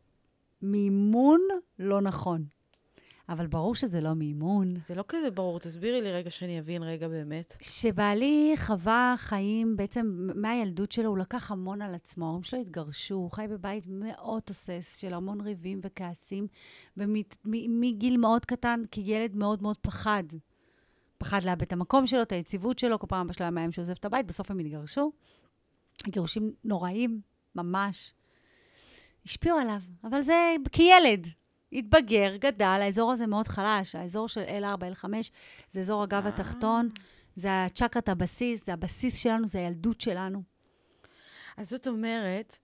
מאימון לא נכון. אבל ברור שזה לא מאימון. זה לא כזה ברור. תסבירי לי רגע שאני אבין רגע באמת. שבעלי חווה חיים, בעצם מהילדות שלו, הוא לקח המון על עצמו. ההורים שלו התגרשו, הוא חי בבית מאוד תוסס, של המון ריבים וכעסים, ומגיל מאוד קטן, כי ילד מאוד מאוד פחד. פחד לאבד את המקום שלו, את היציבות שלו, כל פעם אבא שלו היה מאיים שעוזב את הבית, בסוף הם התגרשו. גירושים נוראים, ממש. השפיעו עליו, אבל זה כילד. התבגר, גדל, האזור הזה מאוד חלש, האזור של אל ארבע, אל חמש, זה אזור הגב התחתון, זה הצ'קרת הבסיס, זה הבסיס שלנו, זה הילדות שלנו. אז זאת אומרת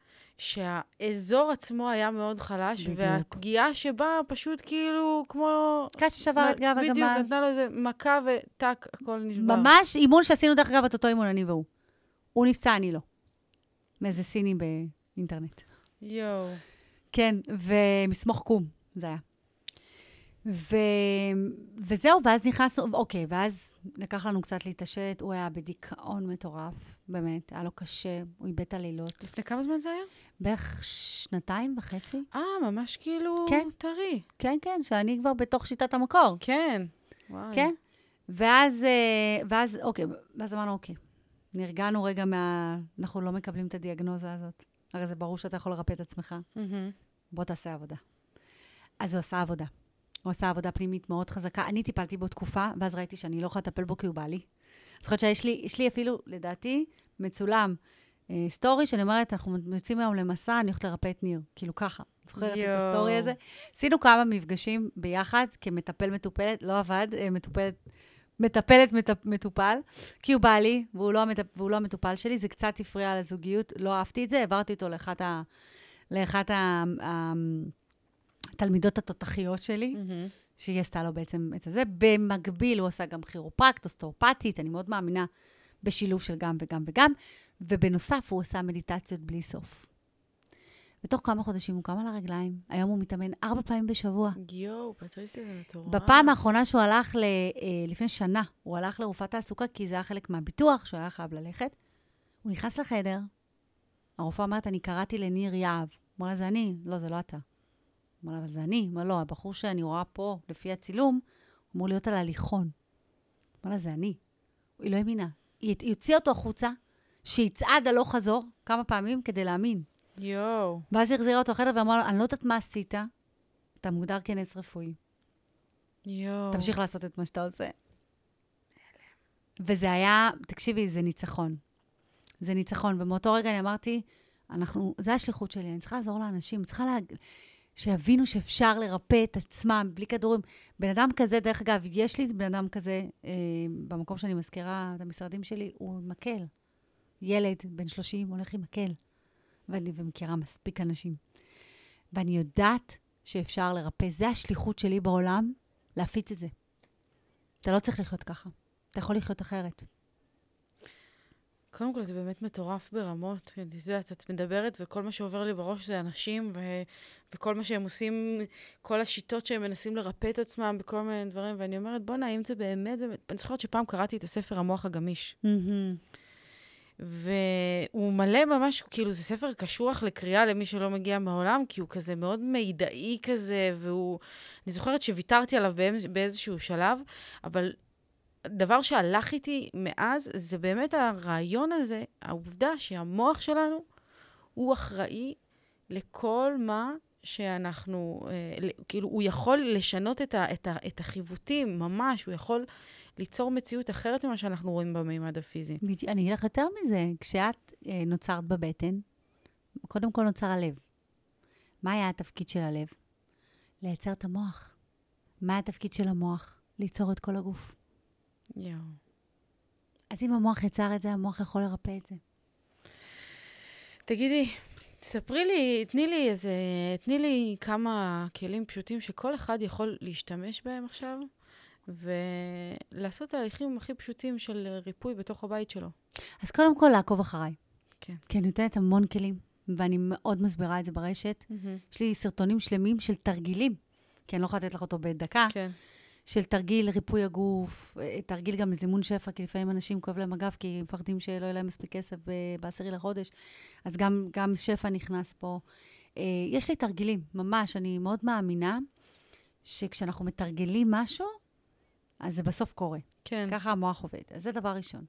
שהאזור עצמו היה מאוד חלש, בדיוק. והפגיעה שבה פשוט כאילו כמו... קש ששבר את גב הגמל. בדיוק, נתנה לו איזה מכה וטק, הכל נשבר. ממש אימון שעשינו דרך אגב את אותו אימון, אני והוא. הוא נפצע, אני לא. מאיזה סיני באינטרנט. יואו. כן, ומסמוך קום. זה היה. ו... וזהו, ואז נכנסנו, אוקיי, ואז לקח לנו קצת להתעשת, הוא היה בדיכאון מטורף, באמת, היה לו קשה, הוא איבד את הלילות. לפני כמה זמן זה היה? בערך שנתיים וחצי. אה, ממש כאילו כן. טרי. כן, כן, שאני כבר בתוך שיטת המקור. כן. וואי. כן? ואז, ואז, אוקיי, ואז אמרנו, אוקיי, נרגענו רגע מה... אנחנו לא מקבלים את הדיאגנוזה הזאת. הרי זה ברור שאתה יכול לרפא את עצמך. Mm-hmm. בוא תעשה עבודה. אז הוא עשה עבודה. הוא עשה עבודה פנימית מאוד חזקה. אני טיפלתי בו תקופה, ואז ראיתי שאני לא יכולה לטפל בו כי הוא בא לי. זאת אומרת שיש לי, יש לי אפילו, לדעתי, מצולם אה, סטורי, שאני אומרת, אנחנו יוצאים היום למסע, אני הולכת לרפא את ניר. כאילו ככה. זוכרת את הסטורי הזה? עשינו כמה מפגשים ביחד, כמטפל מטופלת, לא עבד, אה, מטופלת, מטפלת מטפ, מטופל, כי הוא בא לי, והוא לא, המטפ, והוא לא המטופל שלי, זה קצת הפריע על הזוגיות, לא אהבתי את זה, העברתי אותו לאחת ה... לאחת ה... ה תלמידות התותחיות שלי, mm-hmm. שהיא עשתה לו בעצם את זה. במקביל, הוא עושה גם כירופרקט, אוסטאופתית, אני מאוד מאמינה בשילוב של גם וגם וגם, ובנוסף הוא עושה מדיטציות בלי סוף. בתוך כמה חודשים הוא קם על הרגליים, היום הוא מתאמן ארבע פעמים בשבוע. יואו, פטריסיה זה מטורף. בפעם האחרונה שהוא הלך, ל, לפני שנה, הוא הלך לרופאת תעסוקה, כי זה היה חלק מהביטוח, שהוא היה חייב ללכת. הוא נכנס לחדר, הרופאה אומרת, אני קראתי לניר יהב. אמר לה, זה אני? לא, זה לא אתה. אמר לה, אבל זה אני. אמר, לא, הבחור שאני רואה פה, לפי הצילום, הוא אמור להיות על הליכון. אמר לה, זה אני. היא לא האמינה. היא הוציאה אותו החוצה, שיצעד הלוך חזור כמה פעמים כדי להאמין. יואו. ואז היא החזירה אותו לחדר ואמרה לו, אני לא יודעת מה עשית, אתה מוגדר כנס רפואי. יואו. תמשיך לעשות את מה שאתה עושה. וזה היה, תקשיבי, זה ניצחון. זה ניצחון. ומאותו רגע אני אמרתי, אנחנו, זה השליחות שלי, אני צריכה לעזור לאנשים, אני צריכה לה... שיבינו שאפשר לרפא את עצמם בלי כדורים. בן אדם כזה, דרך אגב, יש לי בן אדם כזה, אה, במקום שאני מזכירה את המשרדים שלי, הוא מקל. ילד בן שלושים הולך עם מקל. ואני ומכירה מספיק אנשים. ואני יודעת שאפשר לרפא. זה השליחות שלי בעולם, להפיץ את זה. אתה לא צריך לחיות ככה. אתה יכול לחיות אחרת. קודם כל, זה באמת מטורף ברמות. אני יודעת, את מדברת, וכל מה שעובר לי בראש זה אנשים, ו... וכל מה שהם עושים, כל השיטות שהם מנסים לרפא את עצמם בכל מיני דברים, ואני אומרת, בוא נעים, זה באמת, באמת. אני זוכרת שפעם קראתי את הספר המוח הגמיש. Mm-hmm. והוא מלא ממש, כאילו, זה ספר קשוח לקריאה למי שלא מגיע מהעולם, כי הוא כזה מאוד מידעי כזה, והוא... אני זוכרת שוויתרתי עליו באיזשהו שלב, אבל... דבר שהלך איתי מאז, זה באמת הרעיון הזה, העובדה שהמוח שלנו הוא אחראי לכל מה שאנחנו, אה, כאילו, הוא יכול לשנות את, ה, את, ה, את החיוותים, ממש, הוא יכול ליצור מציאות אחרת ממה שאנחנו רואים במימד הפיזי. אני אגיד לך יותר מזה, כשאת אה, נוצרת בבטן, קודם כל נוצר הלב. מה היה התפקיד של הלב? לייצר את המוח. מה היה התפקיד של המוח? ליצור את כל הגוף. יאו. אז אם המוח יצר את זה, המוח יכול לרפא את זה. תגידי, תספרי לי, תני לי איזה, תני לי כמה כלים פשוטים שכל אחד יכול להשתמש בהם עכשיו, ולעשות תהליכים הכי פשוטים של ריפוי בתוך הבית שלו. אז קודם כל, לעקוב אחריי. כן. כי אני נותנת המון כלים, ואני מאוד מסבירה את זה ברשת. Mm-hmm. יש לי סרטונים שלמים של תרגילים, כי אני לא יכולה לתת לך אותו בדקה. כן. של תרגיל ריפוי הגוף, תרגיל גם לזימון שפע, כי לפעמים אנשים כואב להם אגב, כי הם מפחדים שלא יהיה להם מספיק כסף בעשירי לחודש, אז גם, גם שפע נכנס פה. יש לי תרגילים, ממש, אני מאוד מאמינה, שכשאנחנו מתרגלים משהו, אז זה בסוף קורה. כן. ככה המוח עובד. אז זה דבר ראשון.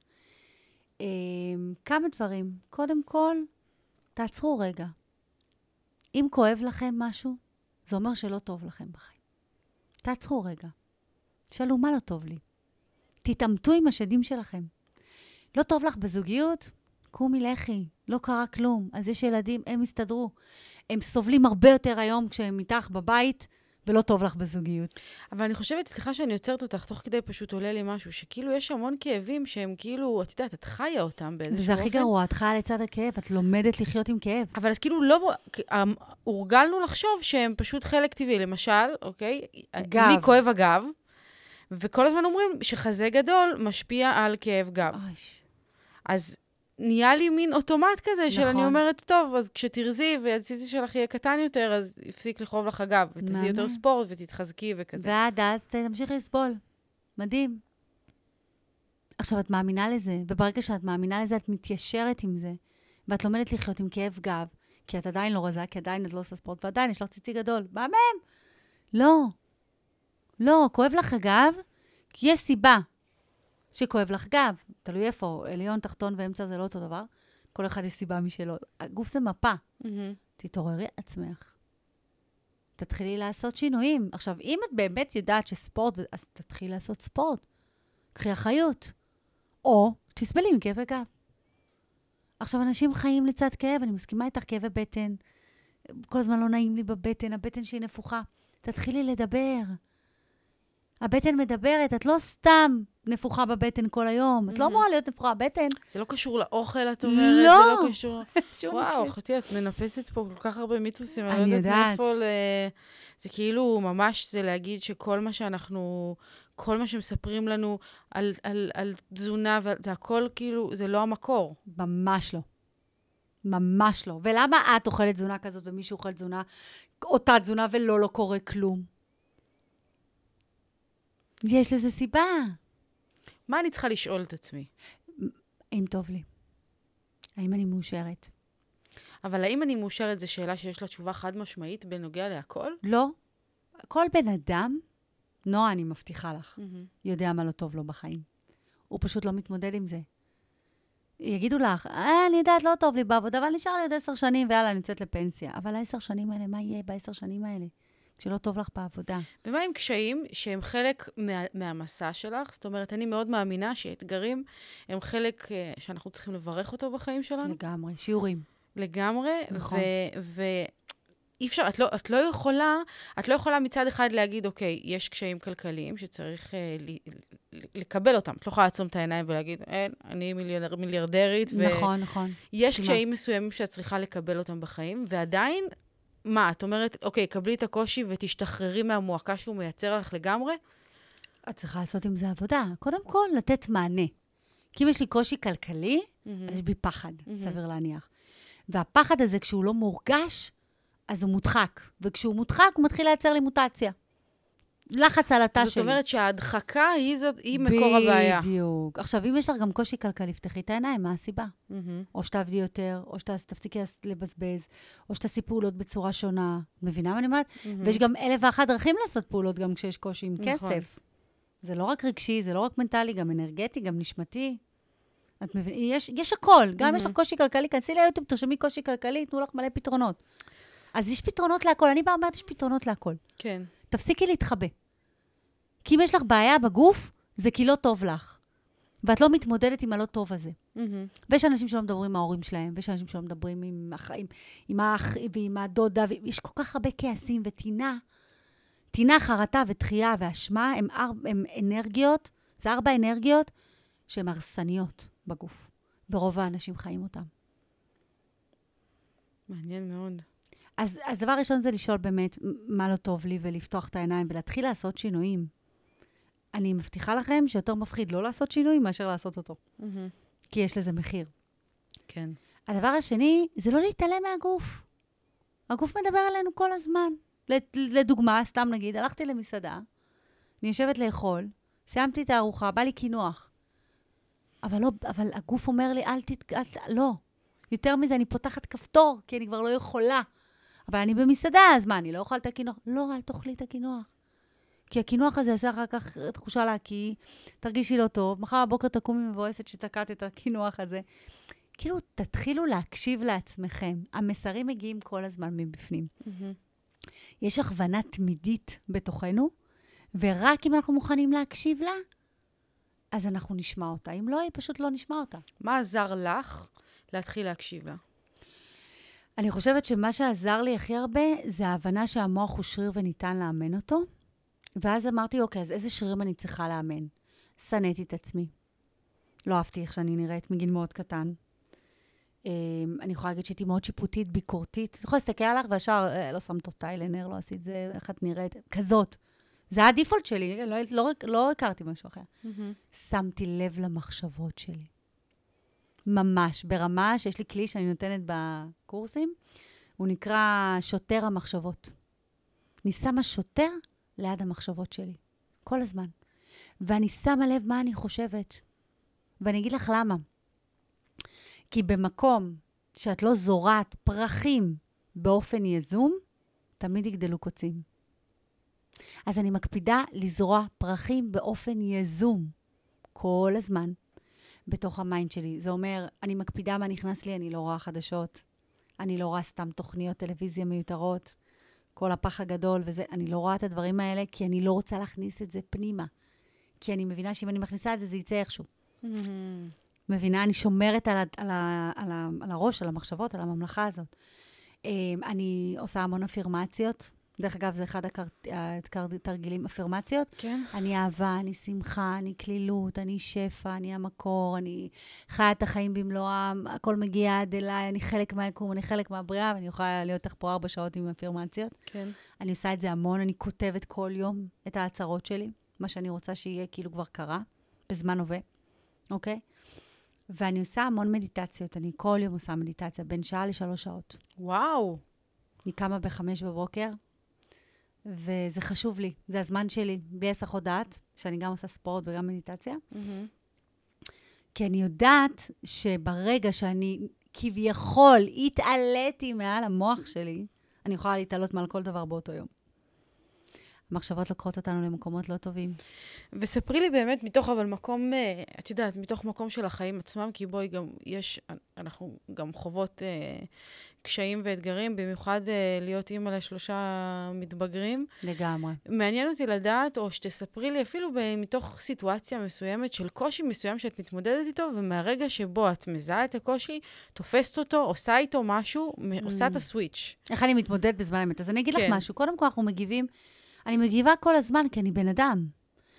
כמה דברים. קודם כל, תעצרו רגע. אם כואב לכם משהו, זה אומר שלא טוב לכם בחיים. תעצרו רגע. שאלו, מה לא טוב לי? תתאמתו עם השדים שלכם. לא טוב לך בזוגיות? קומי לכי, לא קרה כלום. אז יש ילדים, הם הסתדרו. הם סובלים הרבה יותר היום כשהם איתך בבית, ולא טוב לך בזוגיות. אבל אני חושבת, סליחה שאני יוצרת אותך, תוך כדי פשוט עולה לי משהו, שכאילו יש המון כאבים שהם כאילו, את יודעת, את חיה אותם באיזשהו אופן. וזה הכי גרוע, את חיה לצד הכאב, את לומדת לחיות עם כאב. אבל אז כאילו לא, הורגלנו לחשוב שהם פשוט חלק טבעי. למשל, אוקיי? גב. לי כואב הגב, וכל הזמן אומרים שחזה גדול משפיע על כאב גב. אוש. אז נהיה לי מין אוטומט כזה, נכון. של אני אומרת, טוב, אז כשתרזי והציצי שלך יהיה קטן יותר, אז יפסיק לכאוב לך הגב, ותעשי יותר ספורט ותתחזקי וכזה. ועד אז תמשיך לסבול. מדהים. עכשיו, את מאמינה לזה, וברגע שאת מאמינה לזה, את מתיישרת עם זה, ואת לומדת לחיות עם כאב גב, כי את עדיין לא רזה, כי עדיין את לא עושה ספורט, ועדיין יש לך ציצי גדול. מהמם. לא. לא, כואב לך הגב, כי יש סיבה שכואב לך גב. תלוי איפה, עליון, תחתון ואמצע זה לא אותו דבר. כל אחד יש סיבה משלו. הגוף זה מפה. Mm-hmm. תתעוררי עצמך. תתחילי לעשות שינויים. עכשיו, אם את באמת יודעת שספורט, אז תתחילי לעשות ספורט. קחי אחריות. או תסבלי מכאבי גב. עכשיו, אנשים חיים לצד כאב, אני מסכימה איתך כאבי בטן. כל הזמן לא נעים לי בבטן, הבטן שהיא נפוחה. תתחילי לדבר. הבטן מדברת, את לא סתם נפוחה בבטן כל היום. את לא אמורה להיות נפוחה בבטן. זה לא קשור לאוכל, את אומרת? לא. זה לא קשור... וואו, חתי, את מנפסת פה כל כך הרבה מיתוסים. אני יודעת. זה כאילו ממש זה להגיד שכל מה שאנחנו, כל מה שמספרים לנו על, על, על תזונה, זה הכל כאילו, זה לא המקור. ממש לא. ממש לא. ולמה את אוכלת תזונה כזאת ומישהו אוכל תזונה, אותה תזונה ולא לא קורה כלום? יש לזה סיבה. מה אני צריכה לשאול את עצמי? האם טוב לי? האם אני מאושרת? אבל האם אני מאושרת זו שאלה שיש לה תשובה חד משמעית בנוגע להכל? לא. כל בן אדם, נועה, אני מבטיחה לך, Mm-hmm. יודע מה לא טוב לו בחיים. הוא פשוט לא מתמודד עם זה. יגידו לך, אה, אני יודעת, לא טוב לי בעבודה, אבל נשאר לי עוד עשר שנים, ויאללה, אני יוצאת לפנסיה. אבל העשר שנים האלה, מה יהיה בעשר שנים האלה? כשלא טוב לך בעבודה. ומה עם קשיים שהם חלק מה, מהמסע שלך? זאת אומרת, אני מאוד מאמינה שאתגרים הם חלק uh, שאנחנו צריכים לברך אותו בחיים שלנו. לגמרי, שיעורים. לגמרי. נכון. ואי אפשר, את לא, את לא יכולה, את לא יכולה מצד אחד להגיד, אוקיי, יש קשיים כלכליים שצריך uh, לקבל אותם. את לא יכולה לעצום את העיניים ולהגיד, אין, אני מיליארד, מיליארדרית. נכון, נכון. יש קשיים מסוימים שאת צריכה לקבל אותם בחיים, ועדיין, מה, את אומרת, אוקיי, קבלי את הקושי ותשתחררי מהמועקה שהוא מייצר לך לגמרי? את צריכה לעשות עם זה עבודה. קודם כל, לתת מענה. כי אם יש לי קושי כלכלי, mm-hmm. אז יש בי פחד, mm-hmm. סביר להניח. והפחד הזה, כשהוא לא מורגש, אז הוא מודחק. וכשהוא מודחק, הוא מתחיל לייצר לי מוטציה. לחץ על התא שלי. זאת אומרת שההדחקה היא, זאת, היא מקור הבעיה. בדיוק. עכשיו, אם יש לך גם קושי כלכלי, פתחי את העיניים, מה הסיבה? Mm-hmm. או שתעבדי יותר, או שתפסיקי לבזבז, או שתעשי פעולות בצורה שונה. מבינה מה אני אומרת? Mm-hmm. ויש גם אלף ואחת דרכים לעשות פעולות, גם כשיש קושי עם נכון. כסף. זה לא רק רגשי, זה לא רק מנטלי, גם אנרגטי, גם נשמתי. את מבינה? יש, יש הכל. גם mm-hmm. יש לך קושי כלכלי, כנסי ליוטיוב, תרשמי קושי כלכלי, תנו לך מלא פתרונות. אז יש פתרונות להכל. אני באה אומרת, יש פתרונות להכל. כן. תפסיקי להתחבא. כי אם יש לך בעיה בגוף, זה כי לא טוב לך. ואת לא מתמודדת עם הלא טוב הזה. Mm-hmm. ויש אנשים שלא מדברים עם ההורים שלהם, ויש אנשים שלא מדברים עם, עם, עם האח ועם הדודה, ויש כל כך הרבה כעסים וטינה. טינה, חרטה ותחייה ואשמה, הם, הם אנרגיות, זה ארבע אנרגיות שהן הרסניות בגוף. ברוב האנשים חיים אותם. מעניין מאוד. אז, אז דבר ראשון זה לשאול באמת מה לא טוב לי, ולפתוח את העיניים, ולהתחיל לעשות שינויים. אני מבטיחה לכם שיותר מפחיד לא לעשות שינויים, מאשר לעשות אותו. Mm-hmm. כי יש לזה מחיר. כן. הדבר השני, זה לא להתעלם מהגוף. הגוף מדבר עלינו כל הזמן. לדוגמה, סתם נגיד, הלכתי למסעדה, אני יושבת לאכול, סיימתי את הארוחה, בא לי קינוח. אבל לא, אבל הגוף אומר לי, אל תת... אל, לא. יותר מזה, אני פותחת כפתור, כי אני כבר לא יכולה. אבל אני במסעדה, אז מה, אני לא אוכל את הקינוח? לא, אל תאכלי את הקינוח. כי הקינוח הזה יעשה אחר כך תחושה להקיא, תרגישי לא טוב, מחר בבוקר תקומי מבואסת שתקעת את הקינוח הזה. כאילו, תתחילו להקשיב לעצמכם. המסרים מגיעים כל הזמן מבפנים. Mm-hmm. יש הכוונה תמידית בתוכנו, ורק אם אנחנו מוכנים להקשיב לה, אז אנחנו נשמע אותה. אם לא, היא פשוט לא נשמע אותה. מה עזר לך להתחיל להקשיב לה? אני חושבת שמה שעזר לי הכי הרבה, זה ההבנה שהמוח הוא שריר וניתן לאמן אותו. ואז אמרתי, אוקיי, אז איזה שרירים אני צריכה לאמן? שנאתי את עצמי. לא אהבתי איך שאני נראית מגיל מאוד קטן. אני יכולה להגיד שהייתי מאוד שיפוטית, ביקורתית. אני יכולה להסתכל עליך והשאר, לא שמת אותה, אלנר, לא עשית זה, איך את נראית, כזאת. זה היה הדיפולט שלי, לא, לא, לא הכרתי משהו אחר. Mm-hmm. שמתי לב למחשבות שלי. ממש, ברמה שיש לי כלי שאני נותנת בקורסים, הוא נקרא שוטר המחשבות. אני שמה שוטר ליד המחשבות שלי, כל הזמן. ואני שמה לב מה אני חושבת. ואני אגיד לך למה. כי במקום שאת לא זורעת פרחים באופן יזום, תמיד יגדלו קוצים. אז אני מקפידה לזרוע פרחים באופן יזום, כל הזמן, בתוך המיינד שלי. זה אומר, אני מקפידה מה נכנס לי, אני לא רואה חדשות, אני לא רואה סתם תוכניות טלוויזיה מיותרות, כל הפח הגדול וזה, אני לא רואה את הדברים האלה, כי אני לא רוצה להכניס את זה פנימה. כי אני מבינה שאם אני מכניסה את זה, זה יצא איכשהו. Mm-hmm. מבינה, אני שומרת על, ה, על, ה, על, ה, על הראש, על המחשבות, על הממלכה הזאת. אני עושה המון אפירמציות. דרך אגב, זה אחד התרגילים, אפירמציות. כן. אני אהבה, אני שמחה, אני כלילות, אני שפע, אני המקור, אני חיה את החיים במלואם, הכל מגיע עד אליי, אני חלק מהיקום, אני חלק מהבריאה, ואני יכולה להיות לך פה ארבע שעות עם אפירמציות. כן. אני עושה את זה המון, אני כותבת כל יום את ההצהרות שלי, מה שאני רוצה שיהיה כאילו כבר קרה, בזמן הווה, אוקיי? ואני עושה המון מדיטציות, אני כל יום עושה מדיטציה, בין שעה לשלוש שעות. וואו. אני קמה בחמש בבוקר, וזה חשוב לי, זה הזמן שלי, בלי הסחות דעת, שאני גם עושה ספורט וגם מדיטציה. Mm-hmm. כי אני יודעת שברגע שאני כביכול התעליתי מעל המוח שלי, אני יכולה להתעלות מעל כל דבר באותו יום. המחשבות לוקחות אותנו למקומות לא טובים. וספרי לי באמת מתוך, אבל מקום, את יודעת, מתוך מקום של החיים עצמם, כי בואי גם יש, אנחנו גם חוות אה, קשיים ואתגרים, במיוחד אה, להיות אימא לשלושה מתבגרים. לגמרי. מעניין אותי לדעת, או שתספרי לי אפילו מתוך סיטואציה מסוימת, של קושי מסוים שאת מתמודדת איתו, ומהרגע שבו את מזהה את הקושי, תופסת אותו, עושה איתו משהו, mm. עושה את הסוויץ'. איך אני מתמודדת בזמן אמת? אז אני אגיד כן. לך משהו. קודם כל אנחנו מגיבים, אני מגיבה כל הזמן, כי אני בן אדם.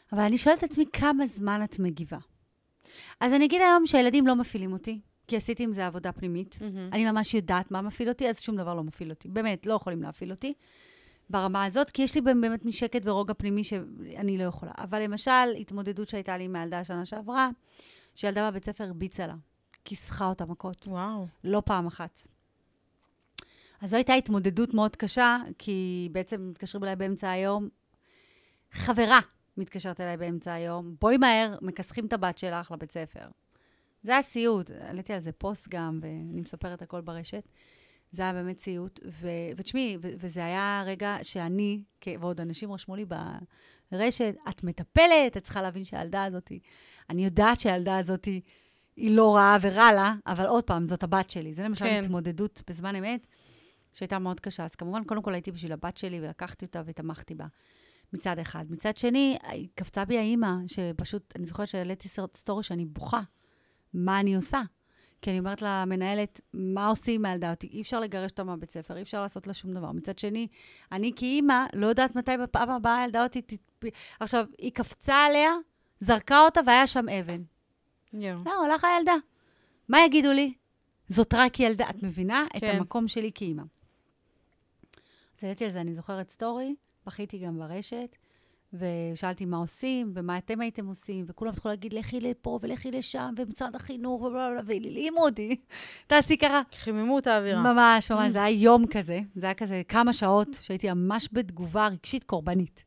אבל אני שואלת את עצמי כמה זמן את מגיבה. אז אני אגיד היום שהילדים לא מפעילים אותי, כי עשיתי עם זה עבודה פנימית. Mm-hmm. אני ממש יודעת מה מפעיל אותי, אז שום דבר לא מפעיל אותי. באמת, לא יכולים להפעיל אותי ברמה הזאת, כי יש לי באמת משקט ורוגע פנימי שאני לא יכולה. אבל למשל, התמודדות שהייתה לי מהילדה השנה שעברה, שילדה בבית ספר הרביצה לה, כיסחה אותה מכות. וואו. לא פעם אחת. אז זו הייתה התמודדות מאוד קשה, כי בעצם מתקשרים אליי באמצע היום, חברה מתקשרת אליי באמצע היום, בואי מהר, מכסחים את הבת שלך לבית ספר. זה היה סיוט, עליתי על זה פוסט גם, ואני מספרת הכל ברשת. זה היה באמת סיוט, ו- ותשמעי, ו- וזה היה רגע שאני, ועוד אנשים רשמו לי ברשת, את מטפלת, את צריכה להבין שהילדה הזאת, אני יודעת שהילדה הזאת היא לא רעה ורע לה, אבל עוד פעם, זאת הבת שלי. זה למשל כן. התמודדות בזמן אמת, שהייתה מאוד קשה. אז כמובן, קודם כל הייתי בשביל הבת שלי, ולקחתי אותה ותמכתי בה. מצד אחד. מצד שני, קפצה בי האמא, שפשוט, אני זוכרת שהעליתי סטורי שאני בוכה. מה אני עושה? כי אני אומרת למנהלת, מה עושים מהילדה אותי? אי אפשר לגרש אותה מהבית ספר, אי אפשר לעשות לה שום דבר. מצד שני, אני כאמא לא יודעת מתי בפעם הבאה הילדה אותי תתפ... עכשיו, היא קפצה עליה, זרקה אותה והיה שם אבן. יו. לא, הולך הילדה. מה יגידו לי? זאת רק ילדה. את מבינה? כן. את המקום שלי כאמא. אז העליתי על זה, אני זוכרת סטורי, בכיתי גם ברשת, ושאלתי מה עושים, ומה אתם הייתם עושים, וכולם התחילו להגיד, לכי לפה ולכי לשם, ומשרד החינוך, ובלה, והלימו אותי. תעשי ככה. חיממו את האווירה. ממש, ממש, זה היה יום כזה, זה היה כזה כמה שעות, שהייתי ממש בתגובה רגשית קורבנית.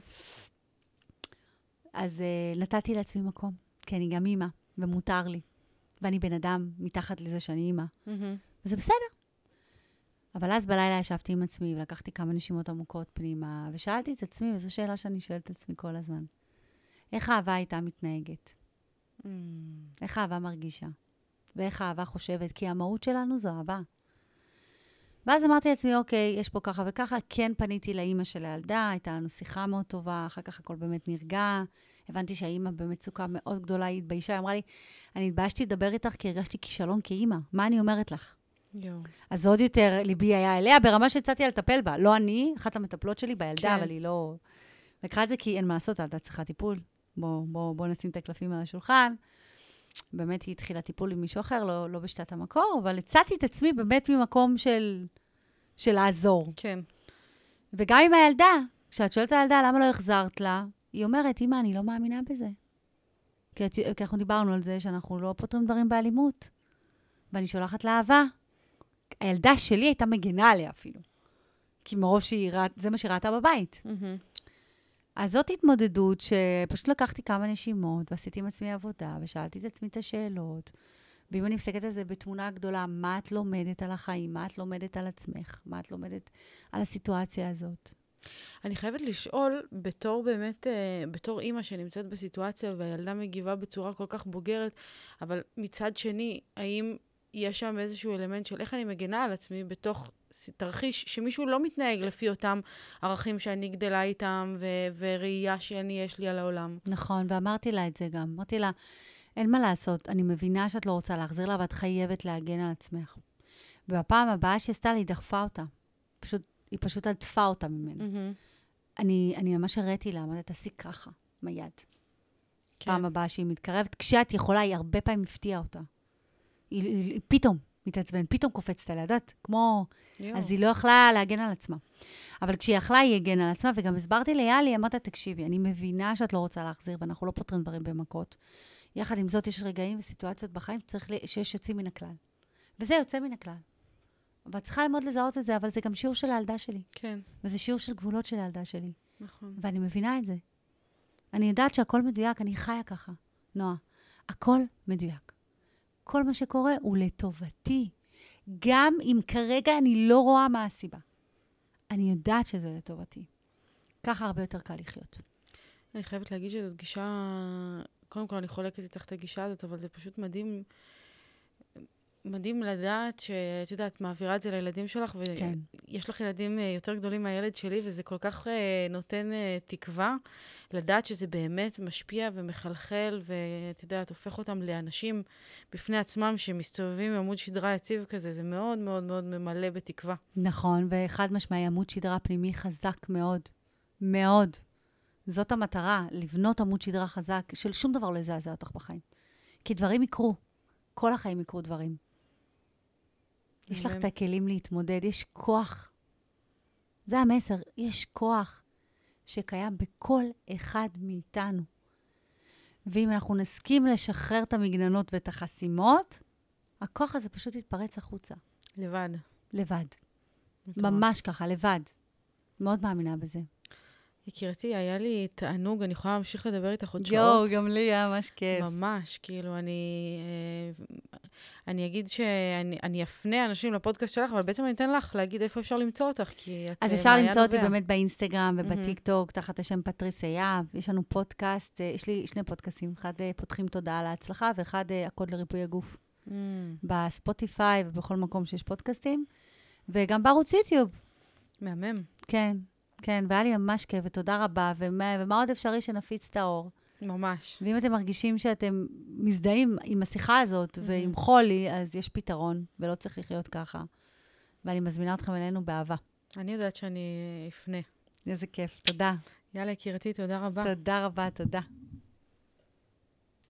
אז נתתי לעצמי מקום, כי אני גם אימא, ומותר לי, ואני בן אדם מתחת לזה שאני אימא. וזה בסדר. אבל אז בלילה ישבתי עם עצמי, ולקחתי כמה נשימות עמוקות פנימה, ושאלתי את עצמי, וזו שאלה שאני שואלת את עצמי כל הזמן. איך האהבה הייתה מתנהגת? Mm. איך האהבה מרגישה? ואיך האהבה חושבת? כי המהות שלנו זו אהבה. ואז אמרתי לעצמי, אוקיי, יש פה ככה וככה, כן פניתי לאמא של הילדה, הייתה לנו שיחה מאוד טובה, אחר כך הכל באמת נרגע, הבנתי שהאמא במצוקה מאוד גדולה, היא התביישה, היא אמרה לי, אני התביישתי לדבר איתך כי הרגשתי כישלון כאמא, מה אני אומרת לך? יו. אז עוד יותר ליבי היה אליה, ברמה שהצעתי לטפל בה. לא אני, אחת המטפלות שלי בילדה, כן. אבל היא לא... לקחה את זה כי אין מה לעשות, ילדה צריכה טיפול. בוא, בוא, בוא נשים את הקלפים על השולחן. באמת היא התחילה טיפול עם מישהו אחר, לא, לא בשתת המקור, אבל הצעתי את עצמי באמת ממקום של, של לעזור. כן. וגם עם הילדה, כשאת שואלת הילדה, למה לא החזרת לה? היא אומרת, אמא, אני לא מאמינה בזה. כי, כי אנחנו דיברנו על זה שאנחנו לא פותרים דברים באלימות. ואני שולחת לאהבה. הילדה שלי הייתה מגנה עליה אפילו. כי מרוב שהיא ראת, זה מה שהיא ראתה בבית. Mm-hmm. אז זאת התמודדות שפשוט לקחתי כמה נשימות, ועשיתי עם עצמי עבודה, ושאלתי את עצמי את השאלות. ואם אני מסתכלת על זה בתמונה גדולה, מה את לומדת על החיים? מה את לומדת על עצמך? מה את לומדת על הסיטואציה הזאת? אני חייבת לשאול, בתור באמת, בתור אימא שנמצאת בסיטואציה, והילדה מגיבה בצורה כל כך בוגרת, אבל מצד שני, האם יש שם איזשהו אלמנט של איך אני מגנה על עצמי בתוך תרחיש שמישהו לא מתנהג לפי אותם ערכים שאני גדלה איתם ו- וראייה שאני יש לי על העולם. נכון, ואמרתי לה את זה גם. אמרתי לה, אין מה לעשות, אני מבינה שאת לא רוצה להחזיר לה, ואת חייבת להגן על עצמך. ובפעם הבאה שעשתה לה, היא דחפה אותה. פשוט, היא פשוט עטפה אותה ממנה. Mm-hmm. אני, אני ממש הראיתי לה, אמרתי, תעשי ככה, מיד. כן. פעם הבאה שהיא מתקרבת, כשאת יכולה, היא הרבה פעמים הפתיעה אותה. היא, היא, היא פתאום מתעצבן, פתאום קופצת עליה, יודעת, כמו... יו. אז היא לא יכלה להגן על עצמה. אבל כשהיא יכלה, היא הגן על עצמה, וגם הסברתי ליאלי, אמרת, תקשיבי, אני מבינה שאת לא רוצה להחזיר, ואנחנו לא פותרים דברים במכות. יחד עם זאת, יש רגעים וסיטואציות בחיים שצריך שיש יוצאים מן הכלל. וזה יוצא מן הכלל. ואת צריכה ללמוד לזהות את זה, אבל זה גם שיעור של הילדה שלי. כן. וזה שיעור של גבולות של הילדה שלי. נכון. ואני מבינה את זה. אני יודעת שהכל מדויק, אני חיה ככה. נועה, הכל מדויק. כל מה שקורה הוא לטובתי. גם אם כרגע אני לא רואה מה הסיבה. אני יודעת שזה לטובתי. ככה הרבה יותר קל לחיות. אני חייבת להגיד שזאת גישה, קודם כל אני חולקת איתך את הגישה הזאת, אבל זה פשוט מדהים, מדהים לדעת שאת יודעת, מעבירה את זה לילדים שלך, כן. ויש לך ילדים יותר גדולים מהילד שלי, וזה כל כך נותן תקווה, לדעת שזה באמת משפיע ומחלחל, ואת יודעת, הופך אותם לאנשים בפני עצמם שמסתובבים עם עמוד שדרה יציב כזה, זה מאוד מאוד מאוד ממלא בתקווה. נכון, ואחד משמעי עמוד שדרה פנימי חזק מאוד, מאוד. זאת המטרה, לבנות עמוד שדרה חזק, של שום דבר לא יזעזע אותך בחיים. כי דברים יקרו. כל החיים יקרו דברים. יש לך את הכלים להתמודד, יש כוח. זה המסר, יש כוח שקיים בכל אחד מאיתנו. ואם אנחנו נסכים לשחרר את המגננות ואת החסימות, הכוח הזה פשוט יתפרץ החוצה. לבד. לבד. ממש ככה, לבד. מאוד מאמינה בזה. יקירתי, היה לי תענוג, אני יכולה להמשיך לדבר איתך עוד יו, שעות. גם לי היה ממש כיף. ממש, כאילו, אני, אני אגיד שאני אני אפנה אנשים לפודקאסט שלך, אבל בעצם אני אתן לך להגיד איפה אפשר למצוא אותך, כי את אז אפשר למצוא אותי באמת באינסטגרם ובטיקטוק, תחת השם פטריס אייב. יש לנו פודקאסט, יש לי שני פודקאסטים, אחד פותחים תודעה על ההצלחה, ואחד הקוד לריפוי הגוף. בספוטיפיי ובכל מקום שיש פודקאסטים, וגם בערוץ יוטיוב. מהמם. כן. כן, והיה לי ממש כיף, ותודה רבה, ומה, ומה עוד אפשרי שנפיץ את האור? ממש. ואם אתם מרגישים שאתם מזדהים עם השיחה הזאת, mm-hmm. ועם חולי, אז יש פתרון, ולא צריך לחיות ככה. ואני מזמינה אתכם אלינו באהבה. אני יודעת שאני אפנה. איזה כיף, תודה. יאללה, יקירתי, תודה רבה. תודה רבה, תודה.